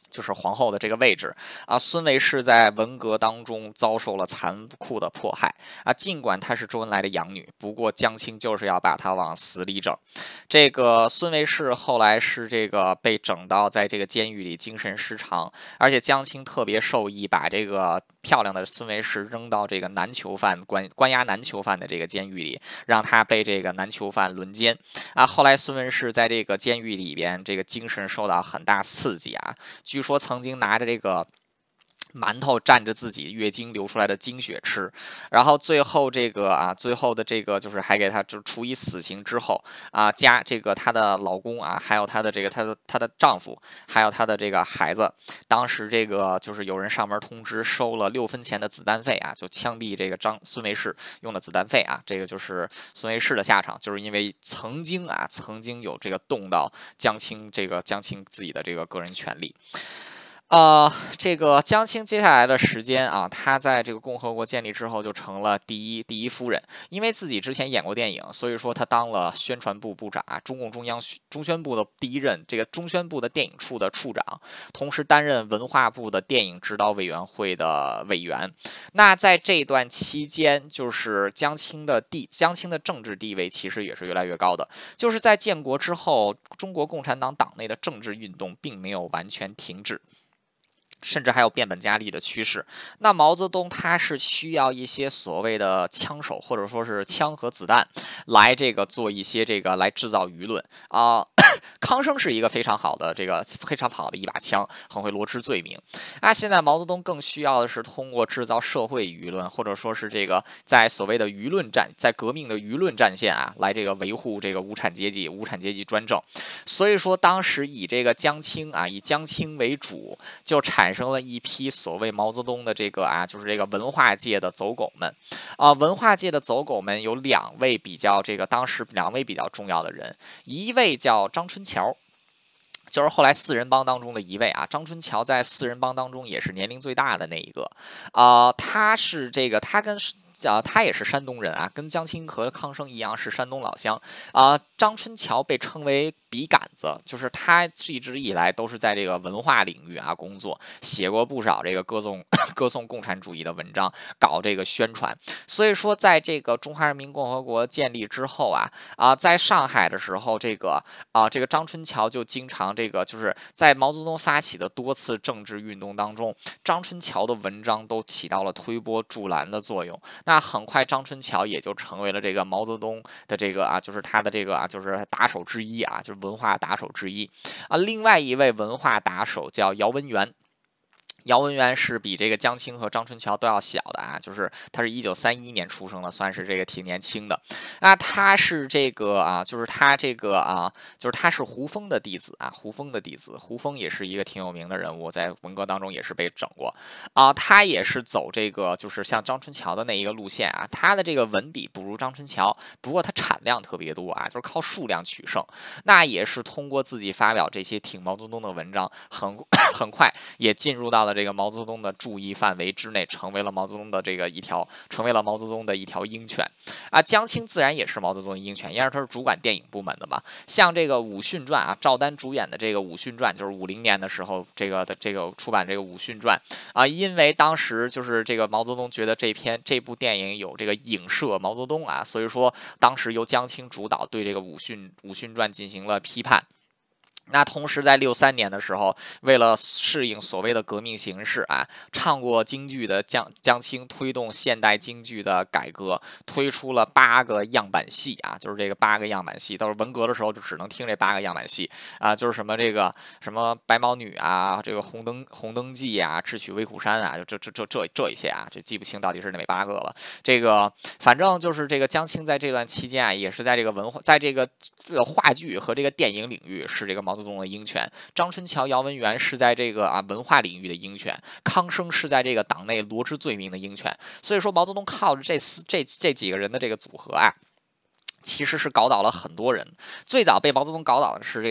Speaker 1: 就是皇后的这个位置啊，孙维世在文革当中遭受了残酷的迫害啊。尽管她是周恩来的养女，不过江青就是要把她往死里整。这个孙维世后来是这个被整到在这个监狱里精神失常，而且江青特别授意把这个漂亮的孙维世扔到这个男囚犯关关押男囚犯的这个监狱里，让他被这个男囚犯轮奸啊。后来孙维世在这个监狱里边，这个精神受到很大刺激啊。据说曾经拿着这个馒头蘸着自己月经流出来的精血吃，然后最后这个啊，最后的这个就是还给他就处以死刑之后啊，加这个她的老公啊，还有她的这个她的她的丈夫，还有她的这个孩子，当时这个就是有人上门通知收了六分钱的子弹费啊，就枪毙这个张孙维世用的子弹费啊，这个就是孙维世的下场，就是因为曾经啊曾经有这个动到江青这个江青自己的这个个人权利。呃，这个江青接下来的时间啊，她在这个共和国建立之后就成了第一第一夫人，因为自己之前演过电影，所以说她当了宣传部部长啊，中共中央中宣部的第一任这个中宣部的电影处的处长，同时担任文化部的电影指导委员会的委员。那在这段期间，就是江青的地江青的政治地位其实也是越来越高的，就是在建国之后，中国共产党党内的政治运动并没有完全停止。甚至还有变本加厉的趋势。那毛泽东他是需要一些所谓的枪手，或者说是枪和子弹，来这个做一些这个来制造舆论啊。康生是一个非常好的这个非常好的一把枪，很会罗织罪名。那现在毛泽东更需要的是通过制造社会舆论，或者说是这个在所谓的舆论战，在革命的舆论战线啊，来这个维护这个无产阶级、无产阶级专政。所以说，当时以这个江青啊，以江青为主，就产生了一批所谓毛泽东的这个啊，就是这个文化界的走狗们啊。文化界的走狗们有两位比较这个当时两位比较重要的人，一位叫张春桥。就是后来四人帮当中的一位啊，张春桥在四人帮当中也是年龄最大的那一个，啊、呃，他是这个他跟啊，他也是山东人啊，跟江青和康生一样是山东老乡啊、呃。张春桥被称为笔杆子，就是他一直以来都是在这个文化领域啊工作，写过不少这个歌颂歌颂共产主义的文章，搞这个宣传。所以说，在这个中华人民共和国建立之后啊啊、呃，在上海的时候，这个啊、呃、这个张春桥就经常这个就是在毛泽东发起的多次政治运动当中，张春桥的文章都起到了推波助澜的作用。那很快，张春桥也就成为了这个毛泽东的这个啊，就是他的这个啊，就是打手之一啊，就是文化打手之一啊。另外一位文化打手叫姚文元。姚文元是比这个江青和张春桥都要小的啊，就是他是一九三一年出生的，算是这个挺年轻的。那他是这个啊，就是他这个啊，就是他是胡风的弟子啊，胡风的弟子，胡风也是一个挺有名的人物，在文革当中也是被整过啊。他也是走这个就是像张春桥的那一个路线啊，他的这个文笔不如张春桥，不过他产量特别多啊，就是靠数量取胜。那也是通过自己发表这些挺毛泽东的文章，很很快也进入到了这个毛泽东的注意范围之内，成为了毛泽东的这个一条，成为了毛泽东的一条鹰犬啊。江青自然也是毛泽东的鹰犬，因为他是主管电影部门的嘛。像这个《武训传》啊，赵丹主演的这个《武训传》，就是五零年的时候这个的这个出版这个《武训传》啊，因为当时就是这个毛泽东觉得这篇这部电影有这个影射毛泽东啊，所以说当时由江青主导对这个《武训武训传》进行了批判。那同时，在六三年的时候，为了适应所谓的革命形势啊，唱过京剧的江江青推动现代京剧的改革，推出了八个样板戏啊，就是这个八个样板戏。到时候文革的时候，就只能听这八个样板戏啊，就是什么这个什么白毛女啊，这个红灯红灯记啊，智取威虎山啊，就这这这这这一些啊，这记不清到底是哪八个了。这个反正就是这个江青在这段期间啊，也是在这个文化，在这个这个话剧和这个电影领域是这个毛。毛泽东的鹰犬，张春桥、姚文元是在这个啊文化领域的鹰犬，康生是在这个党内罗织罪名的鹰犬。所以说，毛泽东靠着这四这这几个人的这个组合啊，其实是搞倒了很多人。最早被毛泽东搞倒的是这个。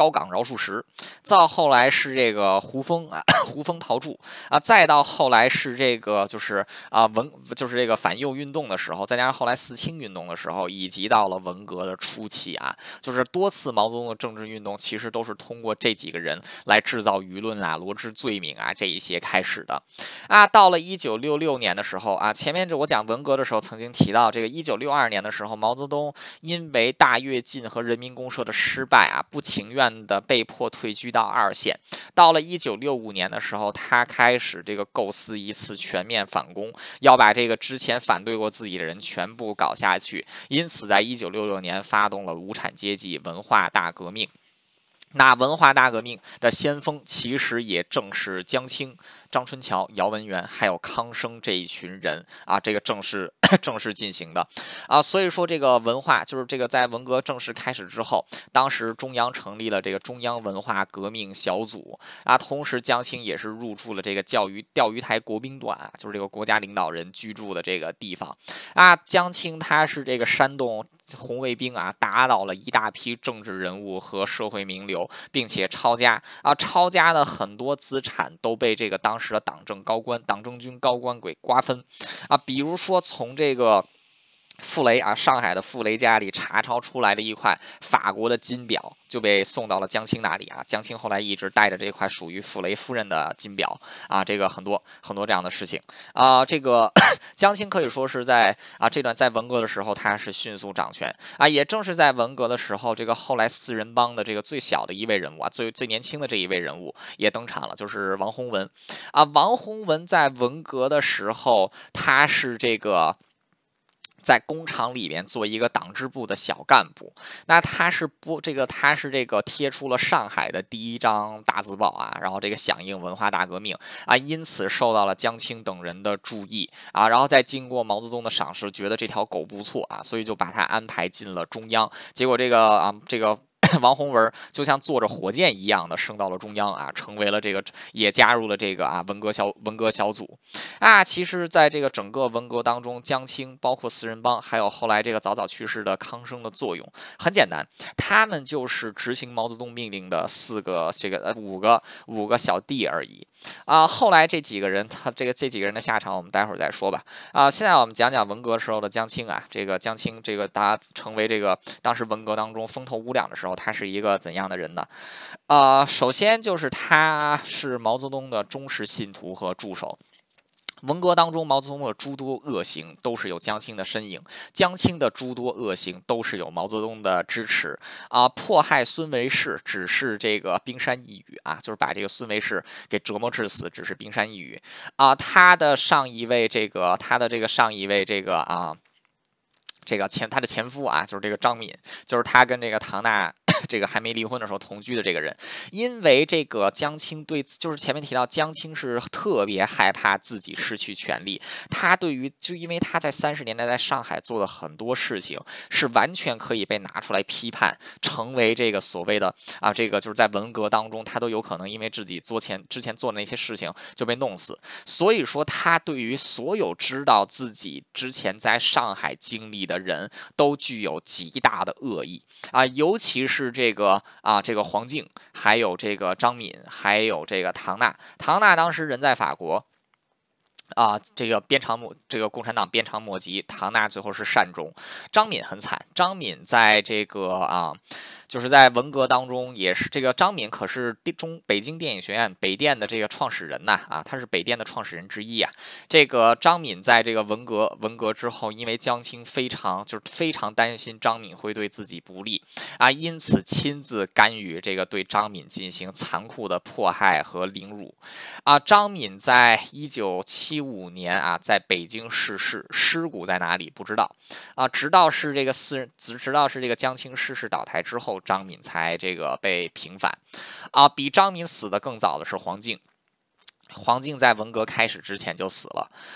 Speaker 1: 高岗饶漱石，到后来是这个胡风啊，胡风陶铸啊，再到后来是这个就是啊文就是这个反右运动的时候，再加上后来四清运动的时候，以及到了文革的初期啊，就是多次毛泽东的政治运动，其实都是通过这几个人来制造舆论啊、罗织罪名啊这一些开始的啊。到了一九六六年的时候啊，前面这我讲文革的时候曾经提到，这个一九六二年的时候，毛泽东因为大跃进和人民公社的失败啊，不情愿的被迫退居到二线。到了一九六五年的时候，他开始这个构思一次全面反攻，要把这个之前反对过自己的人全部搞下去。因此，在一九六六年发动了无产阶级文化大革命。那文化大革命的先锋其实也正是江青、张春桥、姚文元还有康生这一群人啊，这个正是正式进行的啊。所以说，这个文化就是这个在文革正式开始之后，当时中央成立了这个中央文化革命小组啊，同时江青也是入驻了这个教育钓鱼台国宾馆啊，就是这个国家领导人居住的这个地方啊。江青他是这个煽动红卫兵啊，打倒了一大批政治人物和社会名流，并且抄家啊，抄家的很多资产都被这个当时的党政高官、党政军高官给瓜分啊，比如说从这个傅雷啊，上海的傅雷家里查抄出来的一块法国的金表，就被送到了江青那里啊。江青后来一直带着这块属于傅雷夫人的金表啊，这个很多很多这样的事情啊。这个江青可以说是在啊这段在文革的时候，他是迅速掌权啊。也正是在文革的时候，这个后来四人帮的这个最小的一位人物啊，最最年轻的这一位人物也登场了，就是王洪文啊。王洪文在文革的时候，他是这个。在工厂里边做一个党支部的小干部，那他是不这个他是这个贴出了上海的第一张大字报啊，然后这个响应文化大革命啊，因此受到了江青等人的注意啊，然后再经过毛泽东的赏识，觉得这条狗不错啊，所以就把他安排进了中央。结果这个啊这个。王洪文就像坐着火箭一样的升到了中央啊，成为了这个也加入了这个啊文革小文革小组啊。其实，在这个整个文革当中，江青包括四人帮，还有后来这个早早去世的康生的作用很简单，他们就是执行毛泽东命令的四个这个呃五个五个小弟而已啊。后来这几个人，他这个这几个人的下场，我们待会儿再说吧啊。现在我们讲讲文革时候的江青啊，这个江青这个他成为这个当时文革当中风头无两的时候。他是一个怎样的人呢？呃，首先就是他是毛泽东的忠实信徒和助手。文革当中，毛泽东的诸多恶行都是有江青的身影，江青的诸多恶行都是有毛泽东的支持啊。迫害孙维世只是这个冰山一隅啊，就是把这个孙维世给折磨致死，只是冰山一隅啊。他的上一位这个，他的这个上一位这个啊。这个前他的前夫啊，就是这个张敏，就是他跟这个唐娜这个还没离婚的时候同居的这个人，因为这个江青对，就是前面提到江青是特别害怕自己失去权力，他对于就因为他在三十年代在上海做的很多事情是完全可以被拿出来批判，成为这个所谓的啊，这个就是在文革当中，他都有可能因为自己做前之前做的那些事情就被弄死，所以说他对于所有知道自己之前在上海经历的人都具有极大的恶意啊，尤其是这个啊，这个黄静，还有这个张敏，还有这个唐娜。唐娜当时人在法国。啊，这个鞭长莫，这个共产党鞭长莫及，唐娜最后是善终。张敏很惨，张敏在这个啊，就是在文革当中也是这个张敏可是中北京电影学院北电的这个创始人呐啊，他是北电的创始人之一啊。这个张敏在这个文革文革之后，因为江青非常就是非常担心张敏会对自己不利啊，因此亲自干预这个对张敏进行残酷的迫害和凌辱啊。张敏在一九七五年啊，在北京逝世，尸骨在哪里不知道啊，直到是这个四直直到是这个江青逝世倒台之后，张敏才这个被平反啊。比张敏死的更早的是黄静，黄静在文革开始之前就死了。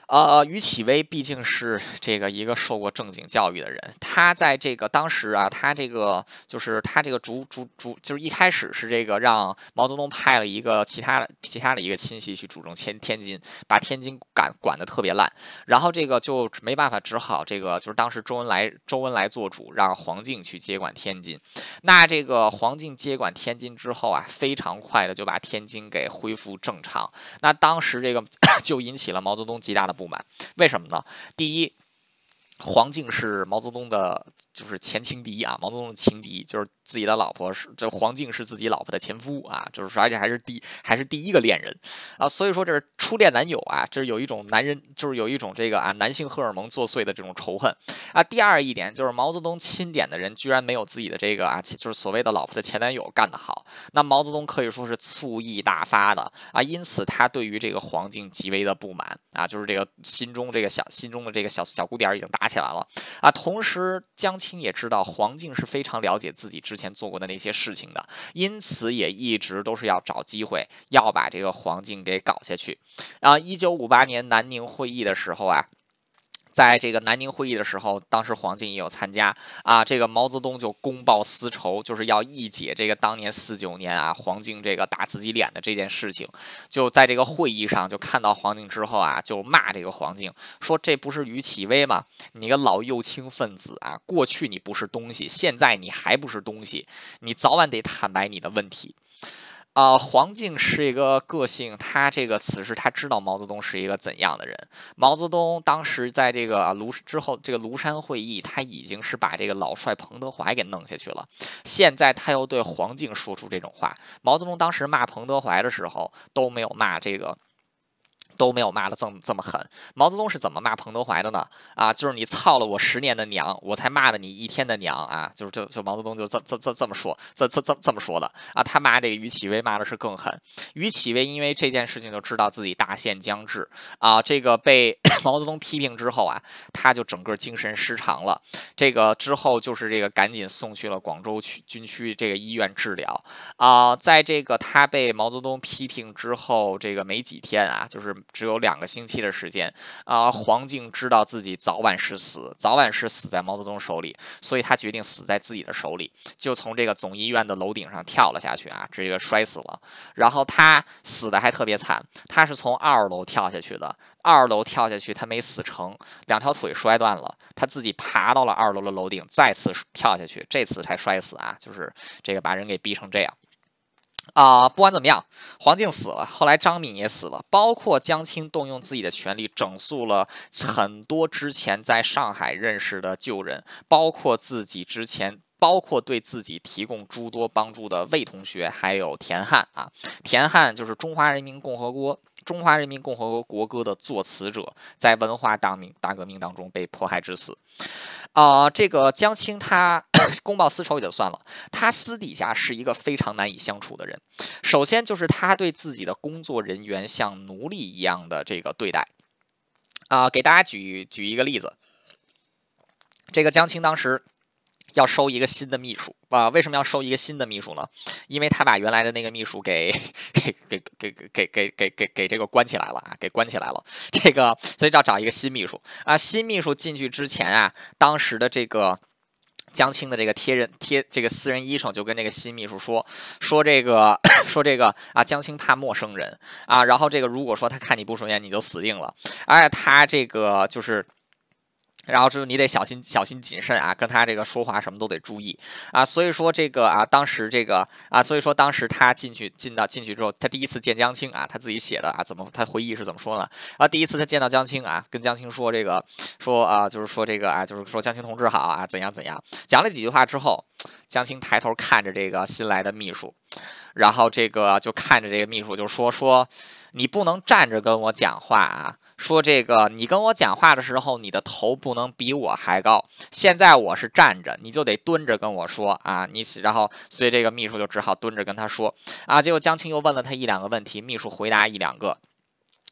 Speaker 1: 呃，于启威毕竟是这个一个受过正经教育的人，他在这个当时啊，他这个就是他这个主主主，就是一开始是这个让毛泽东派了一个其他的其他的一个亲戚去主政天天津，把天津管管得特别烂，然后这个就没办法，只好这个就是当时周恩来周恩来做主，让黄敬去接管天津。那这个黄敬接管天津之后啊，非常快的就把天津给恢复正常。那当时这个就引起了毛泽东极大的不满，为什么呢？第一，黄敬是毛泽东的，就是前情敌啊，毛泽东的情敌，就是自己的老婆是这黄敬是自己老婆的前夫啊，就是说而且还是第还是第一个恋人啊，所以说这是初恋男友啊，这是有一种男人就是有一种这个啊男性荷尔蒙作祟的这种仇恨啊。第二一点就是毛泽东钦点的人居然没有自己的这个啊，就是所谓的老婆的前男友干得好，那毛泽东可以说是醋意大发的啊，因此他对于这个黄敬极为的不满啊，就是这个心中这个小心中的这个小小鼓点已经打起来了啊。同时，江青也知道黄敬是非常了解自己之前做过的那些事情的，因此也一直都是要找机会要把这个黄敬给搞下去啊。一九五八年南宁会议的时候啊。在这个南宁会议的时候，当时黄敬也有参加啊。这个毛泽东就公报私仇，就是要议解这个当年四九年啊黄敬这个打自己脸的这件事情。就在这个会议上，就看到黄敬之后啊，就骂这个黄敬，说这不是于启威吗？你个老右倾分子啊！过去你不是东西，现在你还不是东西，你早晚得坦白你的问题。啊、呃，黄敬是一个个性，他这个此时他知道毛泽东是一个怎样的人。毛泽东当时在这个庐之后，这个庐山会议，他已经是把这个老帅彭德怀给弄下去了。现在他又对黄敬说出这种话，毛泽东当时骂彭德怀的时候都没有骂这个。都没有骂的这么这么狠。毛泽东是怎么骂彭德怀的呢？啊，就是你操了我十年的娘，我才骂了你一天的娘啊！就是就就毛泽东就这这这这么说，这这这这么说的啊。他骂这个于启威骂的是更狠。于启威因为这件事情就知道自己大限将至啊，这个被毛泽东批评之后啊，他就整个精神失常了。这个之后就是这个赶紧送去了广州区军区这个医院治疗啊。在这个他被毛泽东批评之后，这个没几天啊，就是只有两个星期的时间啊。黄敬知道自己早晚是死，早晚是死在毛泽东手里，所以他决定死在自己的手里，就从这个总医院的楼顶上跳了下去啊，这个摔死了。然后他死的还特别惨，他是从二楼跳下去的。二楼跳下去，他没死成，两条腿摔断了，他自己爬到了二楼的楼顶，再次跳下去，这次才摔死啊！就是这个把人给逼成这样。啊、呃，不管怎么样，黄敬死了，后来张敏也死了，包括江青动用自己的权力整肃了很多之前在上海认识的旧人，包括自己之前。包括对自己提供诸多帮助的魏同学，还有田汉啊，田汉就是中华人民共和国中华人民共和国国歌的作词者，在文化大革命大革命当中被迫害致死。啊、呃，这个江青他公报私仇也就算了，他私底下是一个非常难以相处的人。首先就是他对自己的工作人员像奴隶一样的这个对待。啊、呃，给大家举举一个例子，这个江青当时。要收一个新的秘书啊、呃？为什么要收一个新的秘书呢？因为他把原来的那个秘书给给给给给给给给给这个关起来了啊，给关起来了。这个所以要找一个新秘书啊。新秘书进去之前啊，当时的这个。江青的这个贴人贴这个私人医生就跟这个新秘书说说这个说这个啊，江青怕陌生人啊，然后这个如果说他看你不顺眼，你就死定了。而且他这个就是。然后就是你得小心小心谨慎啊，跟他这个说话什么都得注意啊。所以说这个啊，当时这个啊，所以说当时他进去进到进去之后，他第一次见江青啊，他自己写的啊，怎么他回忆是怎么说呢？啊，第一次他见到江青啊，跟江青说这个说啊，就是说这个啊，就是说江青同志好啊，怎样怎样，讲了几句话之后，江青抬头看着这个新来的秘书，然后这个就看着这个秘书就说说，你不能站着跟我讲话啊。说这个，你跟我讲话的时候，你的头不能比我还高。现在我是站着，你就得蹲着跟我说啊。你然后，所以这个秘书就只好蹲着跟他说啊。结果江青又问了他一两个问题，秘书回答一两个。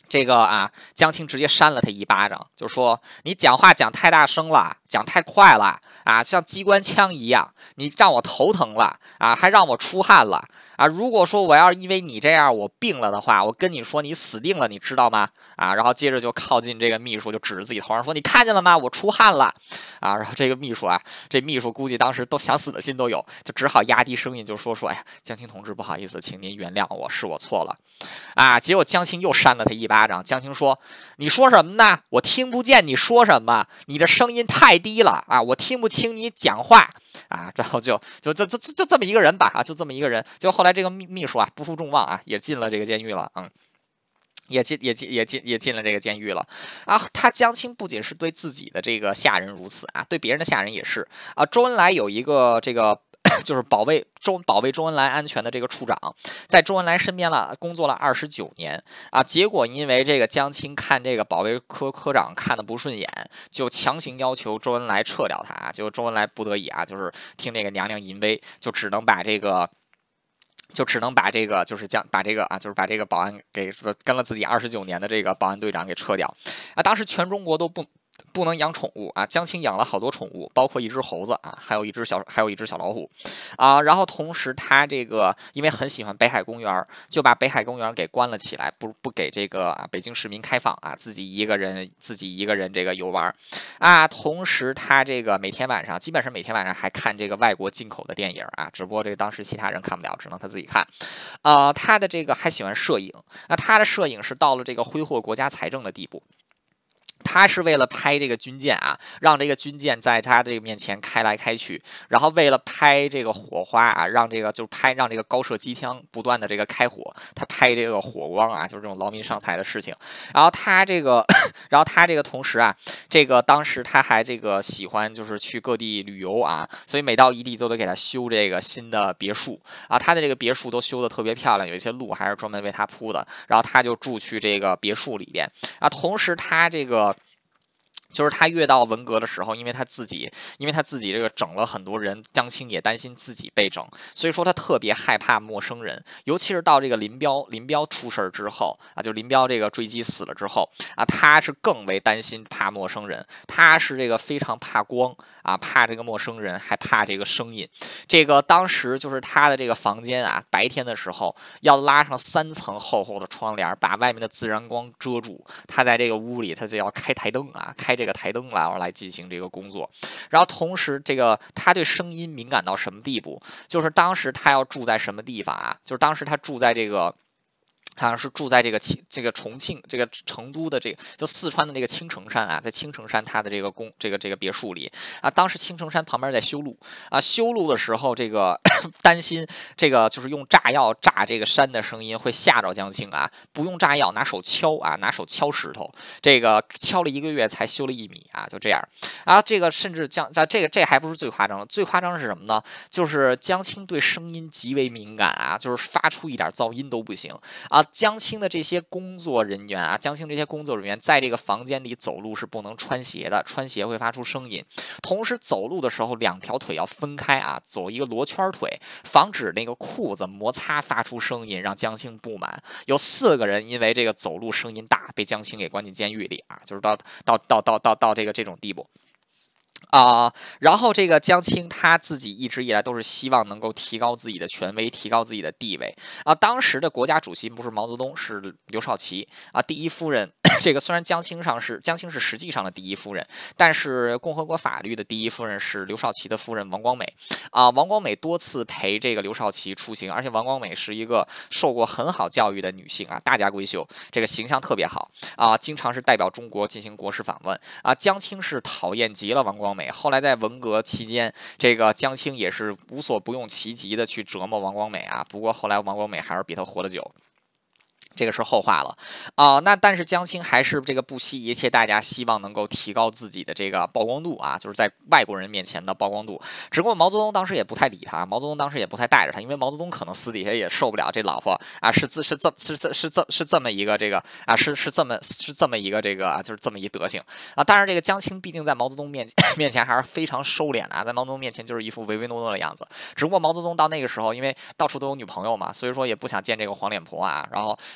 Speaker 1: 这个啊，江青直接扇了他一巴掌，就说你讲话讲太大声了，讲太快了啊，像机关枪一样，你让我头疼了啊，还让我出汗了啊。如果说我要是因为你这样我病了的话，我跟你说你死定了，你知道吗？啊，然后接着就靠近这个秘书，就指着自己头上说：“你看见了吗？我出汗了啊。”然后这个秘书啊，这秘书估计当时都想死的心都有，就只好压低声音就说说：“哎呀，江青同志，不好意思，请您原谅我，是我错了。”啊，结果江青又扇了他一巴掌。江青说：“你说什么呢？我听不见你说什么，你的声音太低了啊，我听不清你讲话啊。”然后就就就就就这么一个人吧啊，就这么一个人。结果后来这个秘秘书啊不负众望啊，也进了这个监狱了，嗯。也进也进也进也进了这个监狱了啊！他江青不仅是对自己的这个下人如此啊，对别人的下人也是啊。周恩来有一个这个就是保卫周保卫周恩来安全的这个处长，在周恩来身边了工作了二十九年啊。结果因为这个江青看这个保卫科科长看的不顺眼，就强行要求周恩来撤掉他。结果周恩来不得已啊，就是听这个娘娘淫威，就只能把这个。就只能把这个，就是将把这个啊，就是把这个保安给说跟了自己二十九年的这个保安队长给撤掉啊！当时全中国都不不能养宠物啊，江青养了好多宠物，包括一只猴子啊，还有一只小还有一只小老虎啊。然后同时他这个因为很喜欢北海公园，就把北海公园给关了起来，不不给这个啊北京市民开放啊，自己一个人自己一个人这个游玩啊。同时他这个每天晚上基本上每天晚上还看这个外国进口的电影啊，只不过这个当时其他人看不了，只能他自己看。啊，他的这个还喜欢摄影，那他的摄影是到了这个挥霍国家财政的地步。他是为了拍这个军舰啊，让这个军舰在他这个面前开来开去，然后为了拍这个火花啊，让这个就是拍让这个高射机枪不断的这个开火，他拍这个火光啊，就是这种劳民伤财的事情。然后他这个，然后他这个同时啊，这个当时他还这个喜欢就是去各地旅游啊，所以每到一地都得给他修这个新的别墅啊，他的这个别墅都修得特别漂亮，有一些路还是专门为他铺的，然后他就住去这个别墅里边啊，同时他这个。就是他越到文革的时候，因为他自己，因为他自己这个整了很多人，江青也担心自己被整，所以说他特别害怕陌生人，尤其是到这个林彪林彪出事之后啊，就林彪这个坠机死了之后啊，他是更为担心怕陌生人，他是这个非常怕光啊，怕这个陌生人，还怕这个声音。这个当时就是他的这个房间啊，白天的时候要拉上三层厚厚的窗帘，把外面的自然光遮住。他在这个屋里，他就要开台灯啊，开这个台灯来来进行这个工作。然后同时，这个他对声音敏感到什么地步？就是当时他要住在什么地方啊？就是当时他住在这个。好像是住在这个青这个重庆这个成都的这个就四川的这个青城山啊，在青城山他的这个公这个这个别墅里啊，当时青城山旁边在修路啊，修路的时候这个担心这个就是用炸药炸这个山的声音会吓着江青啊，不用炸药，拿手敲啊，拿手敲石头，这个敲了一个月才修了一米啊，就这样啊，这个甚至江啊这个这还不是最夸张的，最夸张的是什么呢？就是江青对声音极为敏感啊，就是发出一点噪音都不行啊。江青的这些工作人员啊，江青这些工作人员在这个房间里走路是不能穿鞋的，穿鞋会发出声音。同时走路的时候，两条腿要分开啊，走一个罗圈腿，防止那个裤子摩擦发出声音，让江青不满。有四个人因为这个走路声音大，被江青给关进监狱里啊，就是到到到到到到这个这种地步。啊、呃，然后这个江青他自己一直以来都是希望能够提高自己的权威，提高自己的地位啊。当时的国家主席不是毛泽东，是刘少奇啊。第一夫人，这个虽然江青上是江青是实际上的第一夫人，但是共和国法律的第一夫人是刘少奇的夫人王光美啊。王光美多次陪这个刘少奇出行，而且王光美是一个受过很好教育的女性啊，大家闺秀，这个形象特别好啊，经常是代表中国进行国事访问啊。江青是讨厌极了王光美。后来在文革期间，这个江青也是无所不用其极的去折磨王光美啊。不过后来王光美还是比他活得久。这个是后话了啊、呃，那但是江青还是这个不惜一切代价，希望能够提高自己的这个曝光度啊，就是在外国人面前的曝光度。只不过毛泽东当时也不太理他，毛泽东当时也不太带着他，因为毛泽东可能私底下也受不了这老婆啊，是自是这是是是这是这么一个这个啊，是是这么是这么一个这个啊，就是这么一德行啊。但是这个江青毕竟在毛泽东面面前还是非常收敛的啊，在毛泽东面前就是一副唯唯诺诺的样子。只不过毛泽东到那个时候，因为到处都有女朋友嘛，所以说也不想见这个黄脸婆啊，然后。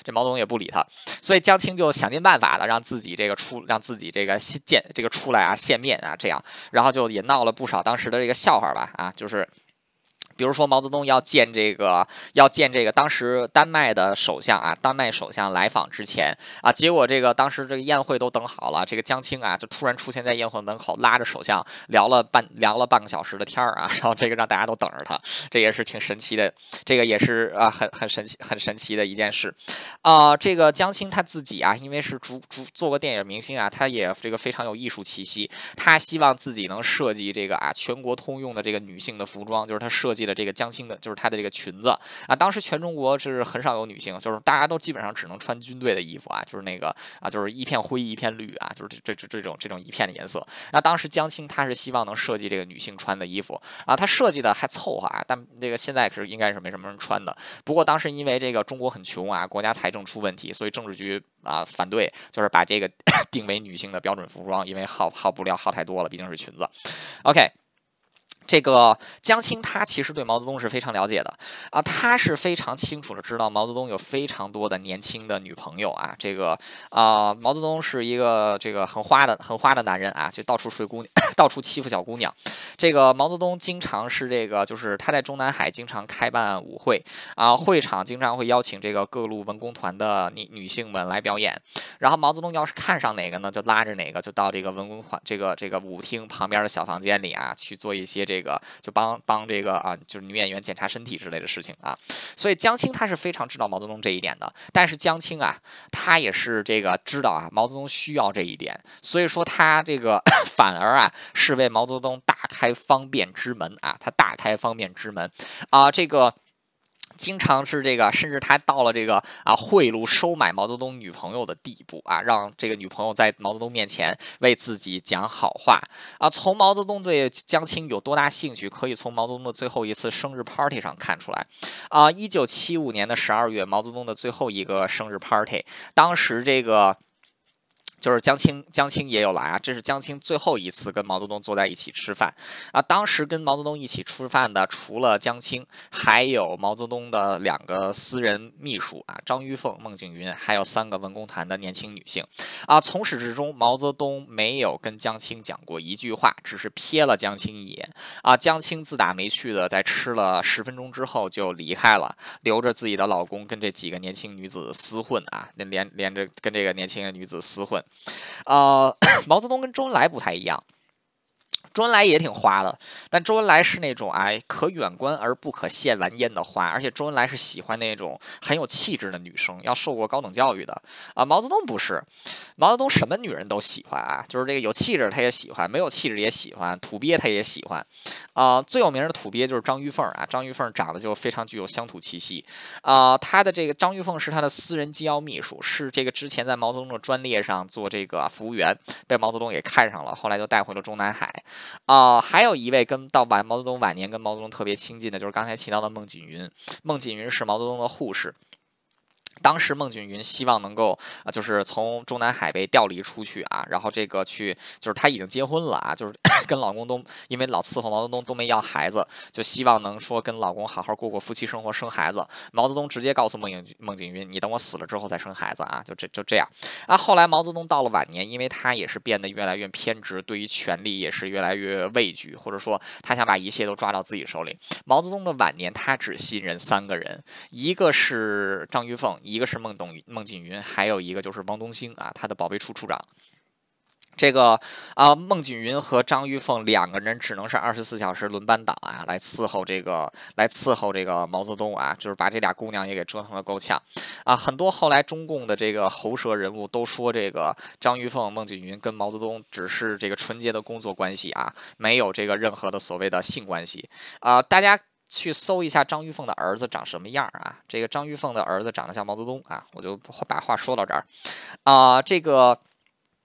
Speaker 1: 这毛泽东也不理他，所以江青就想尽办法的让自己这个出，让自己这个见这个出来啊献面啊，这样，然后就也闹了不少当时的这个笑话吧啊，就是。比如说毛泽东要见这个要见这个当时丹麦的首相啊，丹麦首相来访之前啊，结果这个当时这个宴会都等好了，这个江青啊就突然出现在宴会门口，拉着首相聊了半聊了半个小时的天儿啊，然后这个让大家都等着他，这也是挺神奇的，这个也是啊很很神奇很神奇的一件事，啊、呃，这个江青他自己啊，因为是主主做过电影明星啊，他也这个非常有艺术气息，他希望自己能设计这个啊全国通用的这个女性的服装，就是他设计的。这个江青的，就是她的这个裙子啊，当时全中国是很少有女性，就是大家都基本上只能穿军队的衣服啊，就是那个啊，就是一片灰一片绿啊，就是这这这种这种一片的颜色。那当时江青她是希望能设计这个女性穿的衣服啊，她设计的还凑合啊，但这个现在是应该是没什么人穿的。不过当时因为这个中国很穷啊，国家财政出问题，所以政治局啊反对，就是把这个定为女性的标准服装，因为耗耗布料耗太多了，毕竟是裙子。OK。这个江青他其实对毛泽东是非常了解的啊，他是非常清楚的知道毛泽东有非常多的年轻的女朋友啊，这个啊毛泽东是一个这个很花的很花的男人啊，就到处睡姑娘，到处欺负小姑娘。这个毛泽东经常是这个就是他在中南海经常开办舞会啊，会场经常会邀请这个各路文工团的女女性们来表演，然后毛泽东要是看上哪个呢，就拉着哪个就到这个文工团这个这个舞厅旁边的小房间里啊去做一些这个。这个就帮帮这个啊，就是女演员检查身体之类的事情啊，所以江青他是非常知道毛泽东这一点的，但是江青啊，他也是这个知道啊，毛泽东需要这一点，所以说他这个反而啊是为毛泽东大开方便之门啊，他大开方便之门啊，这个。经常是这个，甚至他到了这个啊贿赂、收买毛泽东女朋友的地步啊，让这个女朋友在毛泽东面前为自己讲好话啊。从毛泽东对江青有多大兴趣，可以从毛泽东的最后一次生日 party 上看出来啊。一九七五年的十二月，毛泽东的最后一个生日 party， 当时这个。就是江青，江青也有来啊，这是江青最后一次跟毛泽东坐在一起吃饭啊。当时跟毛泽东一起吃饭的，除了江青，还有毛泽东的两个私人秘书啊，张玉凤、孟景云，还有三个文工团的年轻女性啊。从始至终，毛泽东没有跟江青讲过一句话，只是瞥了江青一眼啊。江青自打没趣的，在吃了十分钟之后就离开了，留着自己的老公跟这几个年轻女子厮混啊，连连着跟这个年轻的女子厮混。呃，毛泽东跟周恩来不太一样。周恩来也挺花的，但周恩来是那种哎可远观而不可亵玩焉的花，而且周恩来是喜欢那种很有气质的女生，要受过高等教育的啊。毛泽东不是，毛泽东什么女人都喜欢啊，就是这个有气质他也喜欢，没有气质也喜欢，土鳖他也喜欢。啊、呃，最有名的土鳖就是张玉凤啊，张玉凤长得就非常具有乡土气息啊、呃。他的这个张玉凤是他的私人机要秘书，是这个之前在毛泽东的专列上做这个服务员，被毛泽东给看上了，后来就带回了中南海。啊、呃，还有一位跟到晚毛泽东晚年跟毛泽东特别亲近的，就是刚才提到的孟锦云。孟锦云是毛泽东的护士。当时孟锦云希望能够啊、呃，就是从中南海被调离出去啊，然后这个去就是她已经结婚了啊，就是跟老公都因为老伺候毛泽东都没要孩子，就希望能说跟老公好好过过夫妻生活，生孩子。毛泽东直接告诉孟景孟景云，你等我死了之后再生孩子啊，就这就这样啊。后来毛泽东到了晚年，因为他也是变得越来越偏执，对于权力也是越来越畏惧，或者说他想把一切都抓到自己手里。毛泽东的晚年，他只信任三个人，一个是张玉凤。一个是孟董孟锦云，还有一个就是汪东兴啊，他的保卫处处长。这个啊，孟锦云和张玉凤两个人只能是二十四小时轮班党啊，来伺候这个，来伺候这个毛泽东啊，就是把这俩姑娘也给折腾得够呛啊。很多后来中共的这个喉舌人物都说，这个张玉凤、孟锦云跟毛泽东只是这个纯洁的工作关系啊，没有这个任何的所谓的性关系啊。大家去搜一下张玉凤的儿子长什么样啊？这个张玉凤的儿子长得像毛泽东啊，我就把话说到这儿啊。这个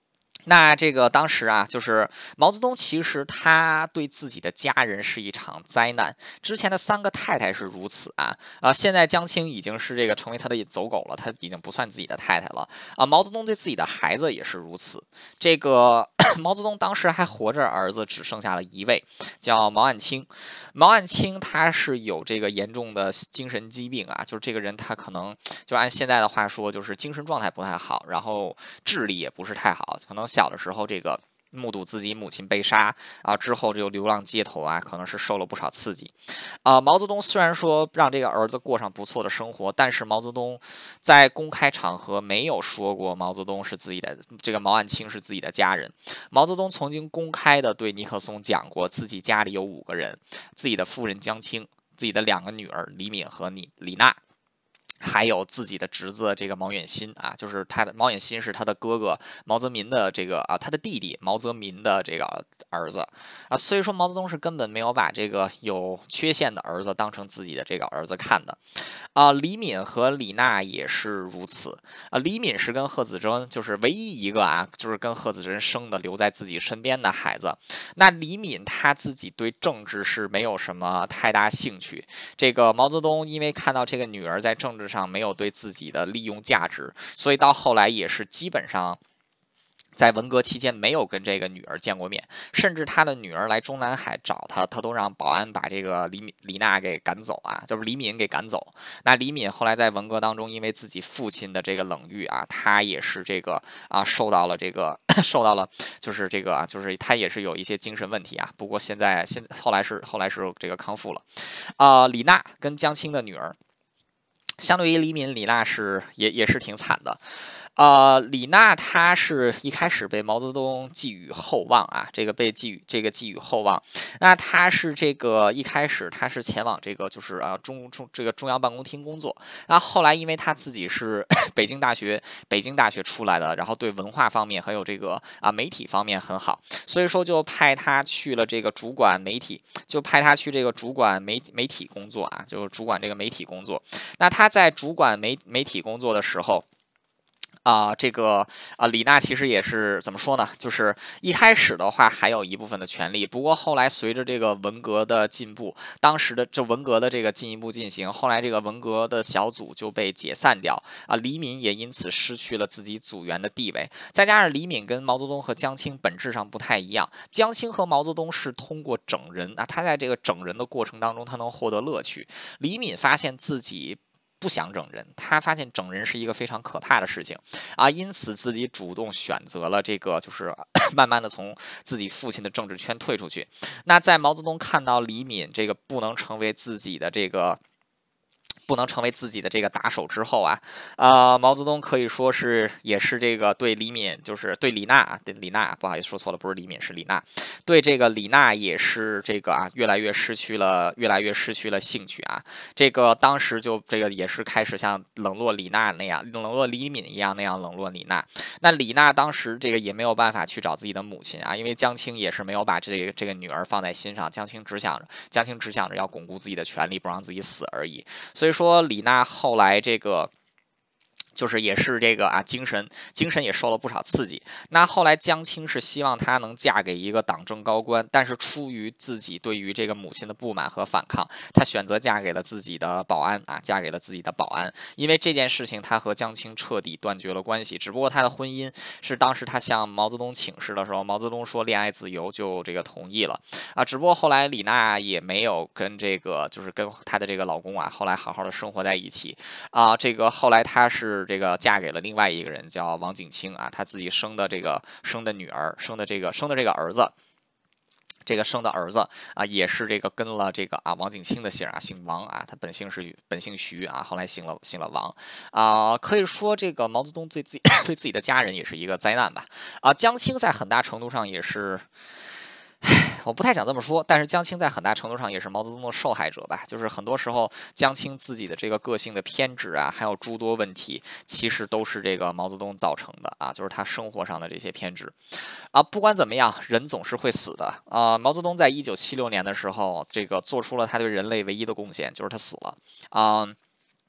Speaker 1: 那这个当时啊，就是毛泽东其实他对自己的家人是一场灾难。之前的三个太太是如此啊，啊，现在江青已经是这个成为他的走狗了，他已经不算自己的太太了啊。毛泽东对自己的孩子也是如此。这个毛泽东当时还活着，儿子只剩下了一位，叫毛岸青。毛岸青他是有这个严重的精神疾病啊，就是这个人他可能就按现在的话说，就是精神状态不太好，然后智力也不是太好，可能小的时候这个目睹自己母亲被杀啊，之后就流浪街头啊，可能是受了不少刺激。啊，毛泽东虽然说让这个儿子过上不错的生活，但是毛泽东在公开场合没有说过毛泽东是自己的这个毛岸青是自己的家人。毛泽东曾经公开的对尼克松讲过，自己家里有五个人，自己的夫人江青，自己的两个女儿李敏和李李娜。还有自己的侄子这个毛远新啊，就是他的毛远新是他的哥哥毛泽民的这个啊，他的弟弟毛泽民的这个儿子啊，所以说毛泽东是根本没有把这个有缺陷的儿子当成自己的这个儿子看的啊。李敏和李娜也是如此啊。李敏是跟贺子珍就是唯一一个啊，就是跟贺子珍生的留在自己身边的孩子。那李敏他自己对政治是没有什么太大兴趣，这个毛泽东因为看到这个女儿在政治上没有对自己的利用价值，所以到后来也是基本上在文革期间没有跟这个女儿见过面，甚至他的女儿来中南海找他，他都让保安把这个李敏李娜给赶走啊，就是李敏给赶走。那李敏后来在文革当中，因为自己父亲的这个冷遇啊，他也是这个啊受到了这个受到了就是这个啊就是他也是有一些精神问题啊。不过现在现后来是后来是这个康复了啊、呃。李娜跟江青的女儿。相对于李敏，李娜是也也是挺惨的。呃，李娜她是一开始被毛泽东寄予厚望啊，这个被寄予这个寄予厚望。那她是这个一开始她是前往这个就是啊中中这个中央办公厅工作。那后来因为她自己是北京大学北京大学出来的，然后对文化方面还有这个啊媒体方面很好，所以说就派她去了这个主管媒体，就派她去这个主管媒媒体工作啊，就主管这个媒体工作。那她在主管媒媒体工作的时候。啊、呃，这个啊，李娜其实也是怎么说呢？就是一开始的话还有一部分的权利，不过后来随着这个文革的进步，当时的这文革的这个进一步进行，后来这个文革的小组就被解散掉啊，李敏也因此失去了自己组员的地位。再加上李敏跟毛泽东和江青本质上不太一样，江青和毛泽东是通过整人啊，他在这个整人的过程当中，他能获得乐趣。李敏发现自己。不想整人，他发现整人是一个非常可怕的事情啊，因此自己主动选择了这个，就是慢慢的从自己父亲的政治圈退出去。那在毛泽东看到李敏这个不能成为自己的这个。不能成为自己的这个打手之后啊，呃，毛泽东可以说是也是这个对李敏，就是对李娜，对李娜，不好意思说错了，不是李敏是李娜，对这个李娜也是这个啊，越来越失去了，越来越失去了兴趣啊。这个当时就这个也是开始像冷落李娜那样，冷落李敏一样那样冷落李娜。那李娜当时这个也没有办法去找自己的母亲啊，因为江青也是没有把这个这个女儿放在心上，江青只想着江青只想着要巩固自己的权利，不让自己死而已。所以说李娜后来这个。就是也是这个啊，精神精神也受了不少刺激。那后来江青是希望她能嫁给一个党政高官，但是出于自己对于这个母亲的不满和反抗，她选择嫁给了自己的保安啊，嫁给了自己的保安。因为这件事情，她和江青彻底断绝了关系。只不过她的婚姻是当时她向毛泽东请示的时候，毛泽东说恋爱自由，就这个同意了啊。只不过后来李娜也没有跟这个就是跟她的这个老公啊，后来好好的生活在一起啊。这个后来她是。这个嫁给了另外一个人，叫王景清啊，她自己生的这个生的女儿，生的这个生的这个儿子。这个生的儿子啊，也是这个跟了这个啊王景清的姓啊，姓王啊，他本姓是本姓徐啊，后来姓了姓了王啊。可以说这个毛泽东对自己对自己的家人也是一个灾难吧啊。江青在很大程度上也是。我不太想这么说，但是江青在很大程度上也是毛泽东的受害者吧。就是很多时候，江青自己的这个个性的偏执啊，还有诸多问题，其实都是这个毛泽东造成的啊，就是他生活上的这些偏执啊。不管怎么样，人总是会死的啊。毛泽东在一九七六年的时候，这个做出了他对人类唯一的贡献，就是他死了啊。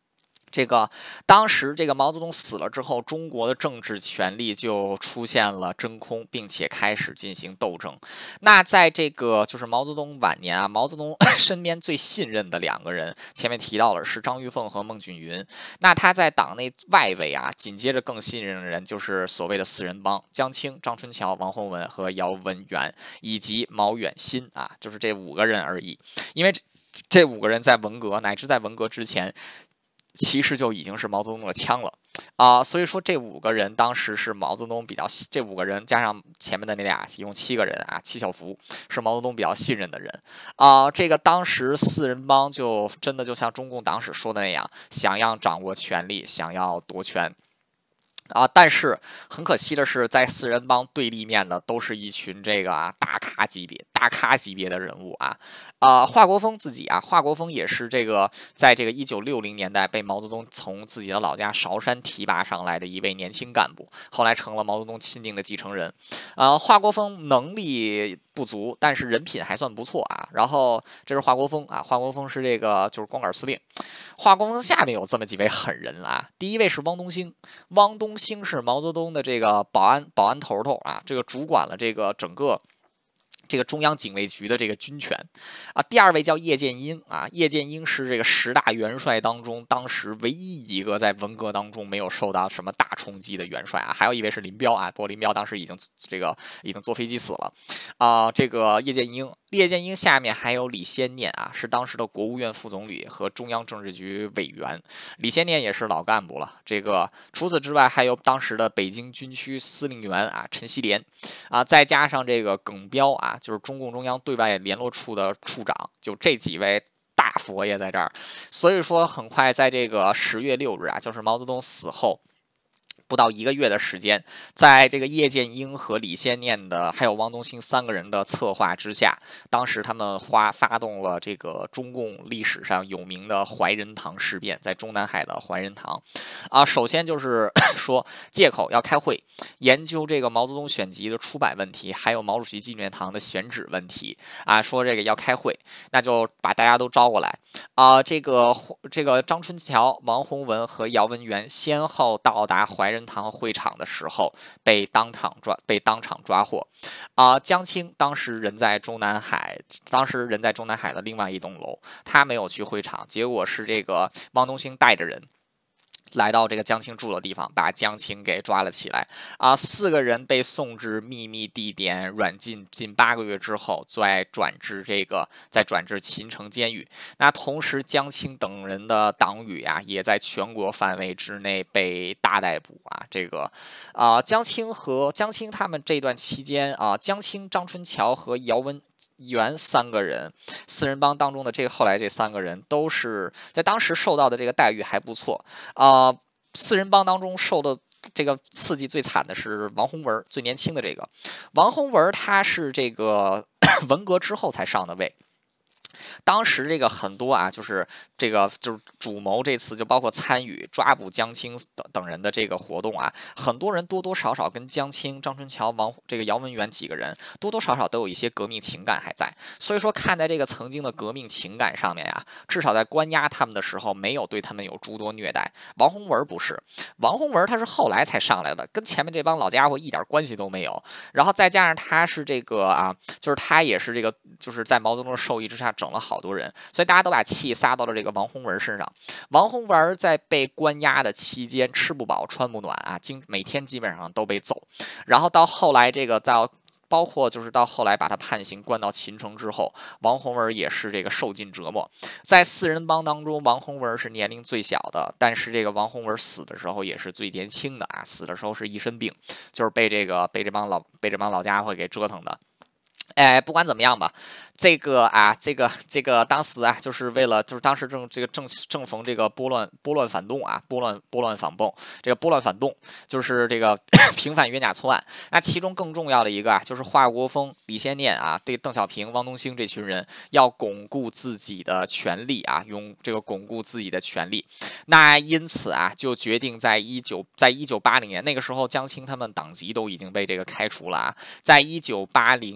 Speaker 1: 这个当时这个毛泽东死了之后，中国的政治权力就出现了真空，并且开始进行斗争。那在这个就是毛泽东晚年啊，毛泽东身边最信任的两个人，前面提到了是张玉凤和孟俊云。那他在党内外围啊，紧接着更信任的人就是所谓的四人帮：江青、张春桥、王洪文和姚文元，以及毛远新啊，就是这五个人而已。因为这这五个人在文革乃至在文革之前，其实就已经是毛泽东的枪了啊、呃，所以说这五个人当时是毛泽东比较，这五个人加上前面的那俩，一共七个人啊，七小福是毛泽东比较信任的人啊、呃。这个当时四人帮就真的就像中共党史说的那样，想要掌握权力，想要夺权。啊，但是很可惜的是，在四人帮对立面的都是一群这个啊大咖级别、大咖级别的人物啊。啊、呃，华国锋自己啊，华国锋也是这个在这个一九六零年代被毛泽东从自己的老家韶山提拔上来的一位年轻干部，后来成了毛泽东钦定的继承人。呃，华国锋能力不足，但是人品还算不错啊。然后这是华国锋啊，华国锋是这个就是光杆司令。华国锋下面有这么几位狠人啊，第一位是汪东兴，汪东兴是毛泽东的这个保安保安头头啊，这个主管了这个整个。这个中央警卫局的这个军权啊，第二位叫叶剑英啊，叶剑英是这个十大元帅当中当时唯一一个在文革当中没有受到什么大冲击的元帅啊，还有一位是林彪啊，不过林彪当时已经这个已经坐飞机死了啊，这个叶剑英。叶剑英下面还有李先念啊，是当时的国务院副总理和中央政治局委员。李先念也是老干部了。这个除此之外，还有当时的北京军区司令员啊陈锡联啊，再加上这个耿彪啊，就是中共中央对外联络处的处长，就这几位。大佛爷在这儿，所以说很快在这个十月六日啊，就是毛泽东死后。不到一个月的时间，在这个叶剑英和李先念的，还有汪东兴三个人的策划之下，当时他们发发动了这个中共历史上有名的怀仁堂事变，在中南海的怀仁堂，啊，首先就是说借口要开会，研究这个毛泽东选集的出版问题，还有毛主席纪念堂的选址问题啊，说这个要开会，那就把大家都招过来啊，这个这个张春桥、王洪文和姚文元先后到达怀仁。仁堂会场的时候被当场抓，被当场抓获。啊、呃，江青当时人在中南海，当时人在中南海的另外一栋楼，他没有去会场，结果是这个汪东兴带着人。来到这个江青住的地方，把江青给抓了起来啊！四个人被送至秘密地点软禁近八个月之后，再转至这个，再转至秦城监狱。那同时，江青等人的党羽啊，也在全国范围之内被大逮捕啊！这个啊，江青和江青他们这段期间啊，江青、张春桥和姚文。原三个人，四人帮当中的这个后来这三个人都是在当时受到的这个待遇还不错啊、呃。四人帮当中受的这个刺激最惨的是王洪文，最年轻的这个王洪文，他是这个文革之后才上的位。当时这个很多啊，就是这个就是主谋这次就包括参与抓捕江青等等人的这个活动啊，很多人多多少少跟江青、张春桥、王这个姚文元几个人多多少少都有一些革命情感还在，所以说看在这个曾经的革命情感上面呀、啊，至少在关押他们的时候没有对他们有诸多虐待。王洪文不是，王洪文他是后来才上来的，跟前面这帮老家伙一点关系都没有。然后再加上他是这个啊，就是他也是这个就是在毛泽东的授意之下整了好多人，所以大家都把气撒到了这个王洪文身上。王洪文在被关押的期间吃不饱穿不暖啊，经每天基本上都被揍。然后到后来这个到。包括就是到后来把他判刑关到秦城之后，王洪文也是这个受尽折磨。在四人帮当中，王洪文是年龄最小的，但是这个王洪文死的时候也是最年轻的啊，死的时候是一身病，就是被这个被这帮老被这帮老家伙给折腾的。哎，不管怎么样吧，这个啊，这个这个当时啊，就是为了就是当时正这个正正逢这个拨乱拨乱反动啊，拨乱拨乱反动，这个拨乱反动就是这个平反冤假错案。那其中更重要的一个啊，就是华国锋、李先念啊，对邓小平、汪东兴这群人要巩固自己的权利啊，用这个巩固自己的权利。那因此啊，就决定在一九在一九八零年那个时候，江青他们党籍都已经被这个开除了啊，在一九八零年从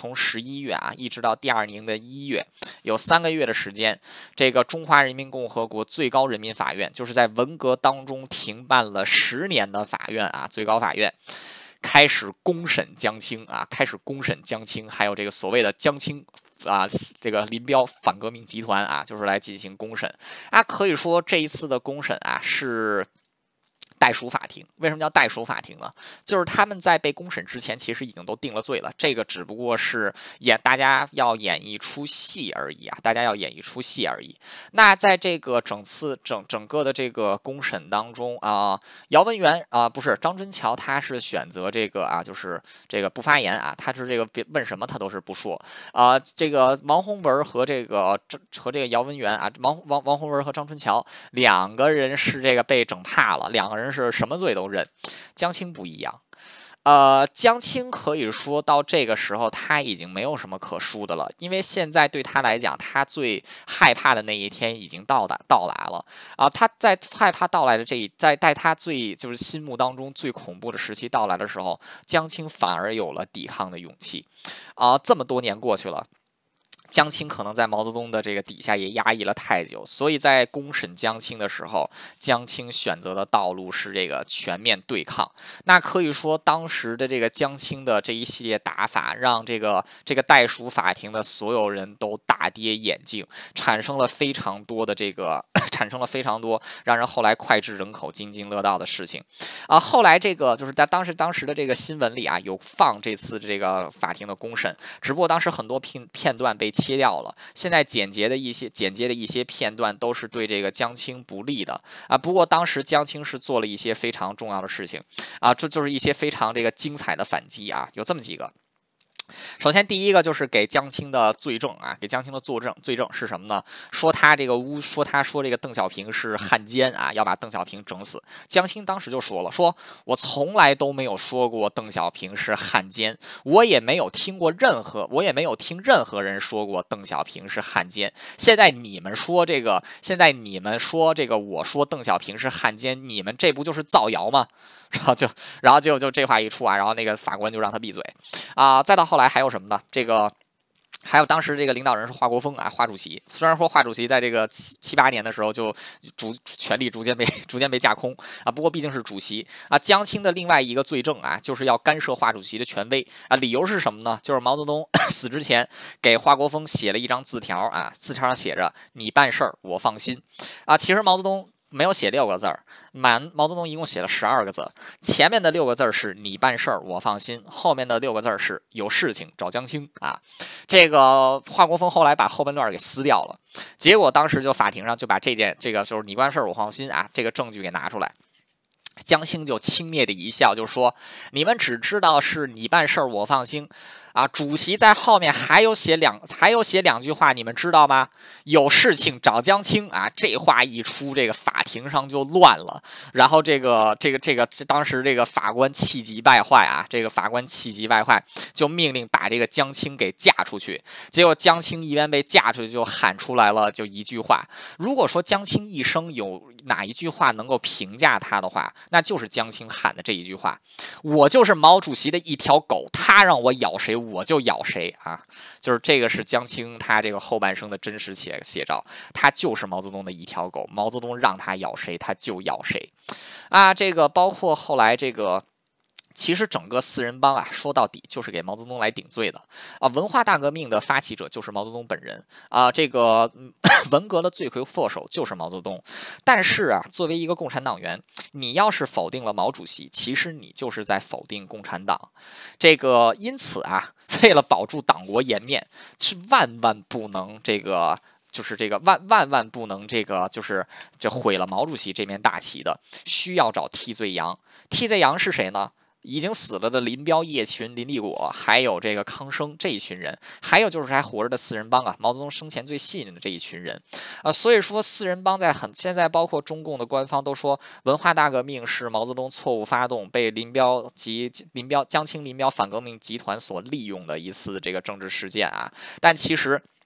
Speaker 1: 从十一月啊，一直到第二年的一月，有三个月的时间，这个中华人民共和国最高人民法院，就是在文革当中停办了十年的法院啊，最高法院。开始公审江青啊，开始公审江青，还有这个所谓的江青啊，这个林彪反革命集团啊，就是来进行公审啊。可以说这一次的公审啊是代属法庭。为什么叫代属法庭呢？就是他们在被公审之前，其实已经都定了罪了，这个只不过是演大家要演一出戏而已啊，大家要演一出戏而已。那在这个整次整整个的这个公审当中啊、呃，姚文元啊、呃，不是张春桥，他是选择这个啊，就是这个不发言啊，他是这个问什么他都是不说啊、呃。这个王洪文和这个和这个姚文元啊，王王王洪文和张春桥两个人是这个被整怕了，两个人是什么罪都认。江青不一样。呃，江青可以说到这个时候他已经没有什么可输的了，因为现在对他来讲，他最害怕的那一天已经到达到来了啊！他在害怕到来的这一，在在他最就是心目当中最恐怖的时期到来的时候，江青反而有了抵抗的勇气啊！这么多年过去了。江青可能在毛泽东的这个底下也压抑了太久，所以在公审江青的时候，江青选择的道路是这个全面对抗。那可以说，当时的这个江青的这一系列打法，让这个这个代属法庭的所有人都大跌眼镜，产生了非常多的这个产生了非常多让人后来脍炙人口、津津乐道的事情啊。后来这个就是在当时当时的这个新闻里啊，有放这次这个法庭的公审，只不过当时很多片片段被切掉了，现在简洁的一些简洁的一些片段都是对这个江青不利的啊。不过当时江青是做了一些非常重要的事情啊，这就是一些非常这个精彩的反击啊，有这么几个。首先，第一个就是给江青的罪证啊，给江青的作证，罪证是什么呢？说他这个诬，说他说这个邓小平是汉奸啊，要把邓小平整死。江青当时就说了，说我从来都没有说过邓小平是汉奸，我也没有听过任何，我也没有听任何人说过邓小平是汉奸。现在你们说这个，现在你们说这个，我说邓小平是汉奸，你们这不就是造谣吗？然后就，然后结果就这话一出啊，然后那个法官就让他闭嘴啊。再到后来还有什么呢？这个。还有当时这个领导人是华国锋啊，华主席。虽然说华主席在这个七七八年的时候就逐权力逐渐被逐渐被架空啊，不过毕竟是主席啊。江青的另外一个罪证啊，就是要干涉华主席的权威啊。理由是什么呢？就是毛泽东死之前给华国锋写了一张字条啊，字条上写着“你办事儿我放心”啊。其实毛泽东没有写六个字儿，满毛泽东一共写了十二个字，前面的六个字是你办事儿我放心，后面的六个字是有事情找江青啊。这个华国锋后来把后半段给撕掉了，结果当时就法庭上就把这件这个就是你办事儿我放心啊这个证据给拿出来。江青就轻蔑的一笑，就说：“你们只知道是你办事儿我放心，啊，主席在后面还有写两还有写两句话，你们知道吗？有事情找江青啊！”这话一出，这个法庭上就乱了。然后这个这个这个当时这个法官气急败坏啊，这个法官气急败坏，就命令把这个江青给架出去。结果江青一边被架出去，就喊出来了就一句话。如果说江青一生有哪一句话能够评价他的话，那就是江青喊的这一句话：“我就是毛主席的一条狗，他让我咬谁我就咬谁啊！”就是这个是江青他这个后半生的真实写写照，他就是毛泽东的一条狗，毛泽东让他咬谁他就咬谁啊！这个包括后来这个。其实整个四人帮啊，说到底就是给毛泽东来顶罪的啊！文化大革命的发起者就是毛泽东本人啊，这个、嗯、文革的罪魁祸首就是毛泽东。但是啊，作为一个共产党员，你要是否定了毛主席，其实你就是在否定共产党。这个因此啊，为了保住党国颜面，是万万不能这个。就是这个万万万不能这个就是这毁了毛主席这面大旗的，需要找替罪羊。替罪羊是谁呢？已经死了的林彪、叶群、林立果，还有这个康生这一群人，还有就是还活着的四人帮啊，毛泽东生前最信任的这一群人啊、呃，所以说四人帮在很现在包括中共的官方都说文化大革命是毛泽东错误发动，被林彪及林彪江青林彪反革命集团所利用的一次这个政治事件啊，但其实。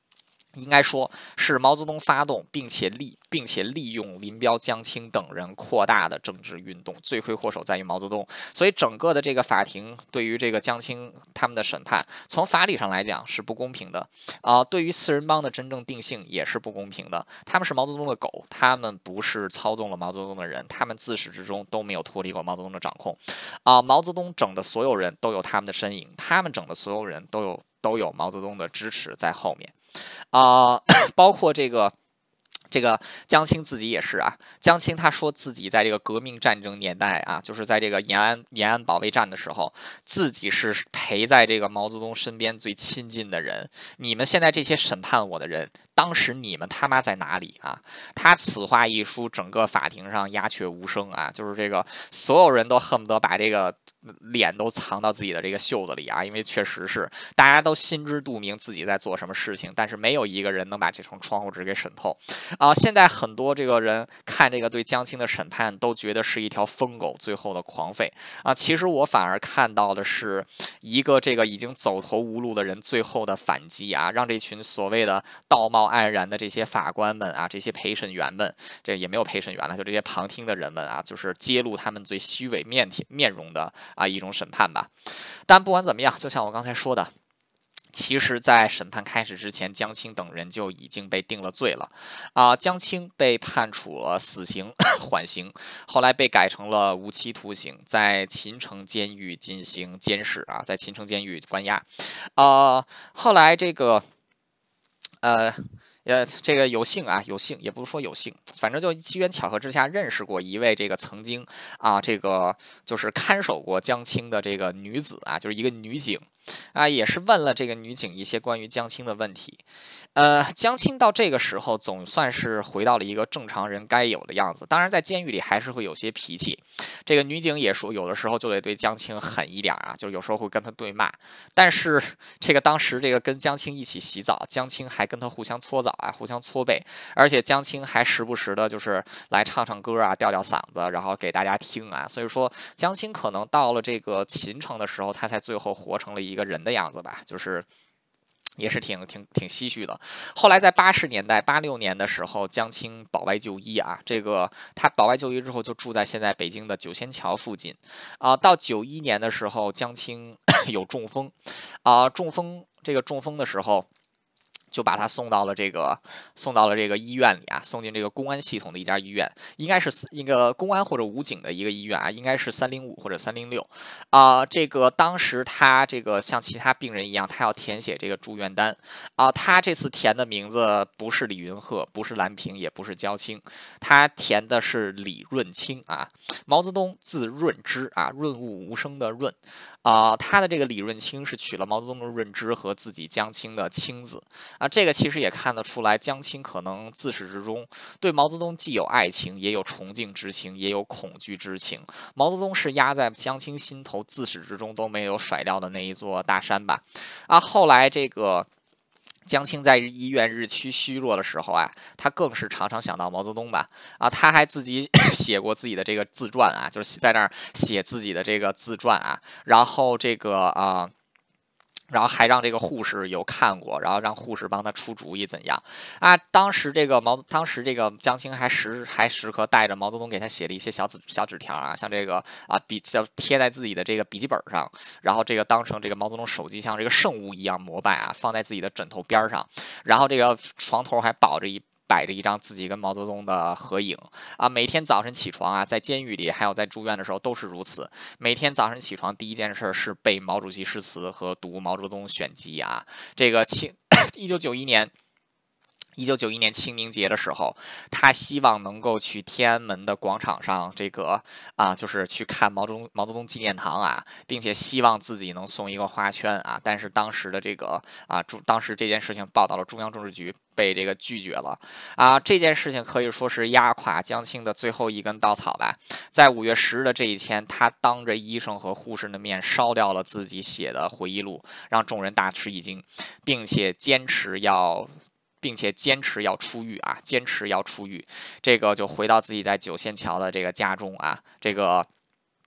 Speaker 1: 应该说是毛泽东发动，并且利并且利用林彪、江青等人扩大的政治运动，罪魁祸首在于毛泽东。所以整个的这个法庭对于这个江青他们的审判，从法理上来讲是不公平的啊、呃，对于四人帮的真正定性也是不公平的。他们是毛泽东的狗，他们不是操纵了毛泽东的人，他们自始至终都没有脱离过毛泽东的掌控啊、呃。毛泽东整的所有人都有他们的身影，他们整的所有人都有都有毛泽东的支持在后面。啊、呃，包括这个。这个江青自己也是啊，江青他说自己在这个革命战争年代啊，就是在这个延安延安保卫战的时候，自己是陪在这个毛泽东身边最亲近的人。你们现在这些审判我的人，当时你们他妈在哪里啊？他此话一出，整个法庭上鸦雀无声啊，就是这个所有人都恨不得把这个脸都藏到自己的这个袖子里啊，因为确实是大家都心知肚明自己在做什么事情，但是没有一个人能把这层窗户纸给审透。啊、呃，现在很多这个人看这个对江青的审判，都觉得是一条疯狗最后的狂吠啊、呃。其实我反而看到的是一个这个已经走投无路的人最后的反击啊，让这群所谓的道貌岸然的这些法官们啊，这些陪审员们，这也没有陪审员了，就这些旁听的人们啊，就是揭露他们最虚伪面面容的啊一种审判吧。但不管怎么样，就像我刚才说的。其实，在审判开始之前，江青等人就已经被定了罪了，啊、呃，江青被判处了死刑缓刑，后来被改成了无期徒刑，在秦城监狱进行监视啊，在秦城监狱关押，呃，后来这个，呃。呃，这个有幸啊，有幸也不是说有幸，反正就机缘巧合之下认识过一位这个曾经啊，这个就是看守过江青的这个女子啊，就是一个女警啊，也是问了这个女警一些关于江青的问题。呃，江青到这个时候总算是回到了一个正常人该有的样子，当然在监狱里还是会有些脾气。这个女警也说，有的时候就得对江青狠一点啊，就有时候会跟他对骂。但是这个当时这个跟江青一起洗澡，江青还跟他互相搓澡啊，互相搓背，而且江青还时不时的就是来唱唱歌啊，吊吊嗓子，然后给大家听啊。所以说，江青可能到了这个秦城的时候，他才最后活成了一个人的样子吧，就是。也是挺挺挺唏嘘的。后来在八十年代、八六年的时候，江青保外就医啊，这个他保外就医之后就住在现在北京的九仙桥附近，啊、呃，到九一年的时候，江青有中风，啊、呃，中风这个中风的时候。就把他送到了这个送到了这个医院里啊，送进这个公安系统的一家医院，应该是一个公安或者武警的一个医院啊，应该是三零五或者三零六啊。这个当时他这个像其他病人一样，他要填写这个住院单啊。他这次填的名字不是李云鹤，不是蓝萍，也不是焦青，他填的是李润清啊。毛泽东字润之啊，润物无声的润啊。他的这个李润清是取了毛泽东的润之和自己江青的青字。啊，这个其实也看得出来，江青可能自始至终对毛泽东既有爱情，也有崇敬之情，也有恐惧之情。毛泽东是压在江青心头，自始至终都没有甩掉的那一座大山吧。啊，后来这个。江青在医院日趋虚弱的时候啊，他更是常常想到毛泽东吧。啊，他还自己写过自己的这个自传啊，就是在那儿写自己的这个自传啊。然后这个啊。呃然后还让这个护士有看过，然后让护士帮他出主意怎样啊？当时这个毛，当时这个江青还时还时刻带着毛泽东给他写了一些小纸小纸条啊，像这个啊笔就贴在自己的这个笔记本上，然后这个当成这个毛泽东手机像这个圣物一样膜拜啊，放在自己的枕头边上，然后这个床头还保着一。摆着一张自己跟毛泽东的合影啊，每天早晨起床啊，在监狱里还有在住院的时候都是如此。每天早晨起床第一件事是背毛主席诗词和读毛泽东选集啊。这个清一九九一年。一九九一年清明节的时候，他希望能够去天安门的广场上，这个啊，就是去看毛泽东毛泽东纪念堂啊，并且希望自己能送一个花圈啊。但是当时的这个啊，中当时这件事情报到了中央政治局，被这个拒绝了啊。这件事情可以说是压垮江青的最后一根稻草吧。在五月十日的这一天，他当着医生和护士的面烧掉了自己写的回忆录，让众人大吃一惊，并且坚持要。并且坚持要出狱啊，坚持要出狱，这个就回到自己在九仙桥的这个家中啊，这个。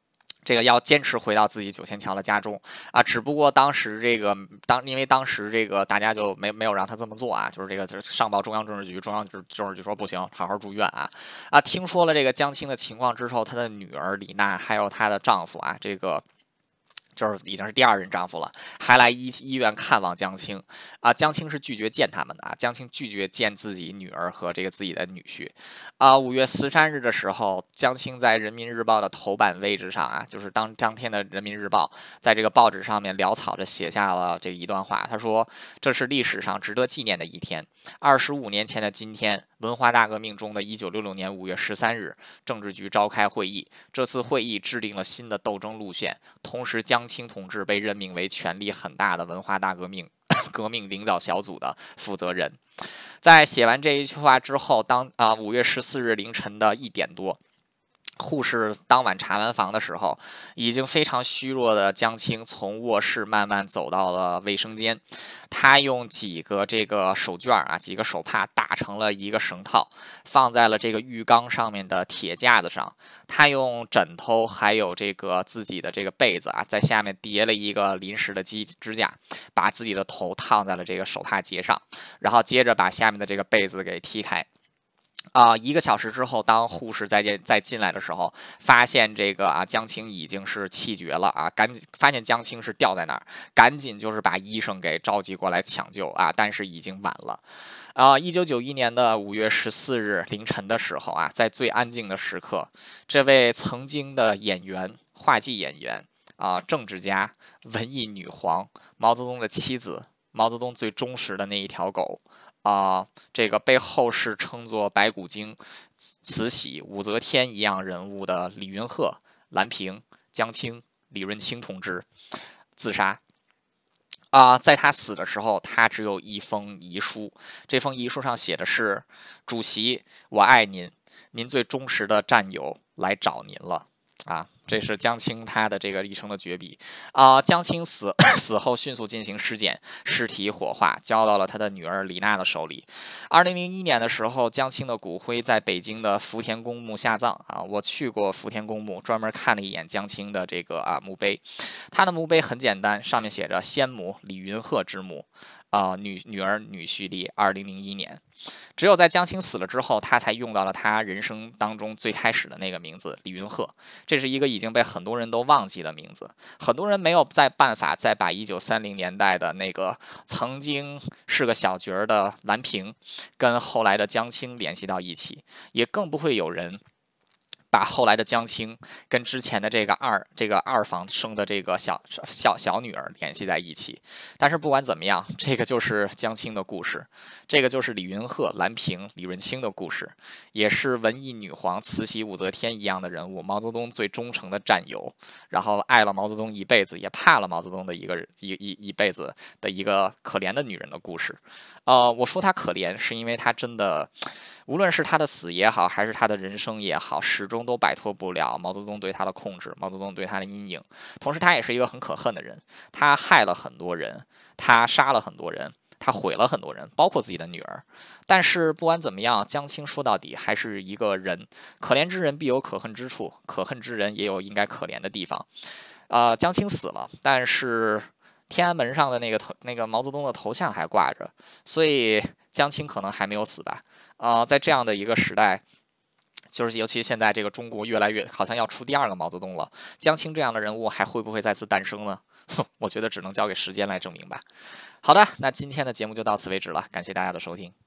Speaker 1: 这个要坚持回到自己九仙桥的家中啊，只不过当时这个当因为当时这个大家就没没有让他这么做啊，就是这个就是上报中央政治局，中央政治局说不行，好好住院啊啊！听说了这个江青的情况之后，他的女儿李娜还有她的丈夫啊，这个。就是已经是第二任丈夫了，还来医医院看望江青啊。江青是拒绝见他们的啊，江青拒绝见自己女儿和这个自己的女婿啊。五月十三日的时候，江青在人民日报的头版位置上啊，就是当当天的人民日报，在这个报纸上面潦草着写下了这一段话。他说：“这是历史上值得纪念的一天。二十五年前的今天，文化大革命中的一九六六年五月十三日，政治局召开会议，这次会议制定了新的斗争路线，同时江。”江青同志被任命为权力很大的文化大革命革命领导小组的负责人。在写完这一句话之后，当啊五月十四日凌晨的一点多，护士当晚查完房的时候，已经非常虚弱的江青从卧室慢慢走到了卫生间。他用几个这个手绢啊，几个手帕打成了一个绳套，放在了这个浴缸上面的铁架子上。他用枕头还有这个自己的这个被子啊，在下面叠了一个临时的机支架，把自己的头烫在了这个手帕结上，然后接着把下面的这个被子给踢开。啊、呃，一个小时之后，当护士再进再进来的时候，发现这个啊江青已经是气绝了啊，赶紧发现江青是吊在那儿，赶紧就是把医生给召集过来抢救啊，但是已经晚了。啊，一九九一年的五月十四日凌晨的时候啊，在最安静的时刻，这位曾经的演员、话剧演员啊、政治家、文艺女皇、毛泽东的妻子、毛泽东最忠实的那一条狗。啊、呃，这个被后世称作白骨精、慈禧、武则天一样人物的李云鹤、蓝萍、江青、李润清同志自杀。啊、呃，在他死的时候，他只有一封遗书。这封遗书上写的是：“主席，我爱您，您最忠实的战友来找您了。”啊，这是江青他的这个一生的绝笔啊、呃。江青死死后迅速进行尸检，尸体火化，交到了他的女儿李娜的手里。二零零一年的时候，江青的骨灰在北京的福田公墓下葬啊。我去过福田公墓，专门看了一眼江青的这个啊墓碑。他的墓碑很简单，上面写着“先母李云鹤之墓”。啊、呃，女女儿女婿立，二零零一年，只有在江青死了之后，他才用到了他人生当中最开始的那个名字李云鹤。这是一个已经被很多人都忘记的名字，很多人没有再办法再把一九三零年代的那个曾经是个小角儿的蓝萍，跟后来的江青联系到一起，也更不会有人。把后来的江青跟之前的这个二这个二房生的这个小小小女儿联系在一起，但是不管怎么样，这个就是江青的故事，这个就是李云鹤、蓝萍、李润清的故事，也是文艺女皇慈禧、武则天一样的人物，毛泽东最忠诚的战友，然后爱了毛泽东一辈子，也怕了毛泽东的一个一一一辈子的一个可怜的女人的故事。呃，我说她可怜，是因为她真的。无论是他的死也好，还是他的人生也好，始终都摆脱不了毛泽东对他的控制，毛泽东对他的阴影。同时，他也是一个很可恨的人，他害了很多人，他杀了很多人，他毁了很多人，包括自己的女儿。但是不管怎么样，江青说到底还是一个人，可怜之人必有可恨之处，可恨之人也有应该可怜的地方。呃，江青死了，但是天安门上的那个头那个毛泽东的头像还挂着，所以江青可能还没有死吧。呃，在这样的一个时代，就是尤其现在这个中国越来越好像要出第二个毛泽东了，江青这样的人物还会不会再次诞生呢？我觉得只能交给时间来证明吧。好的，那今天的节目就到此为止了，感谢大家的收听。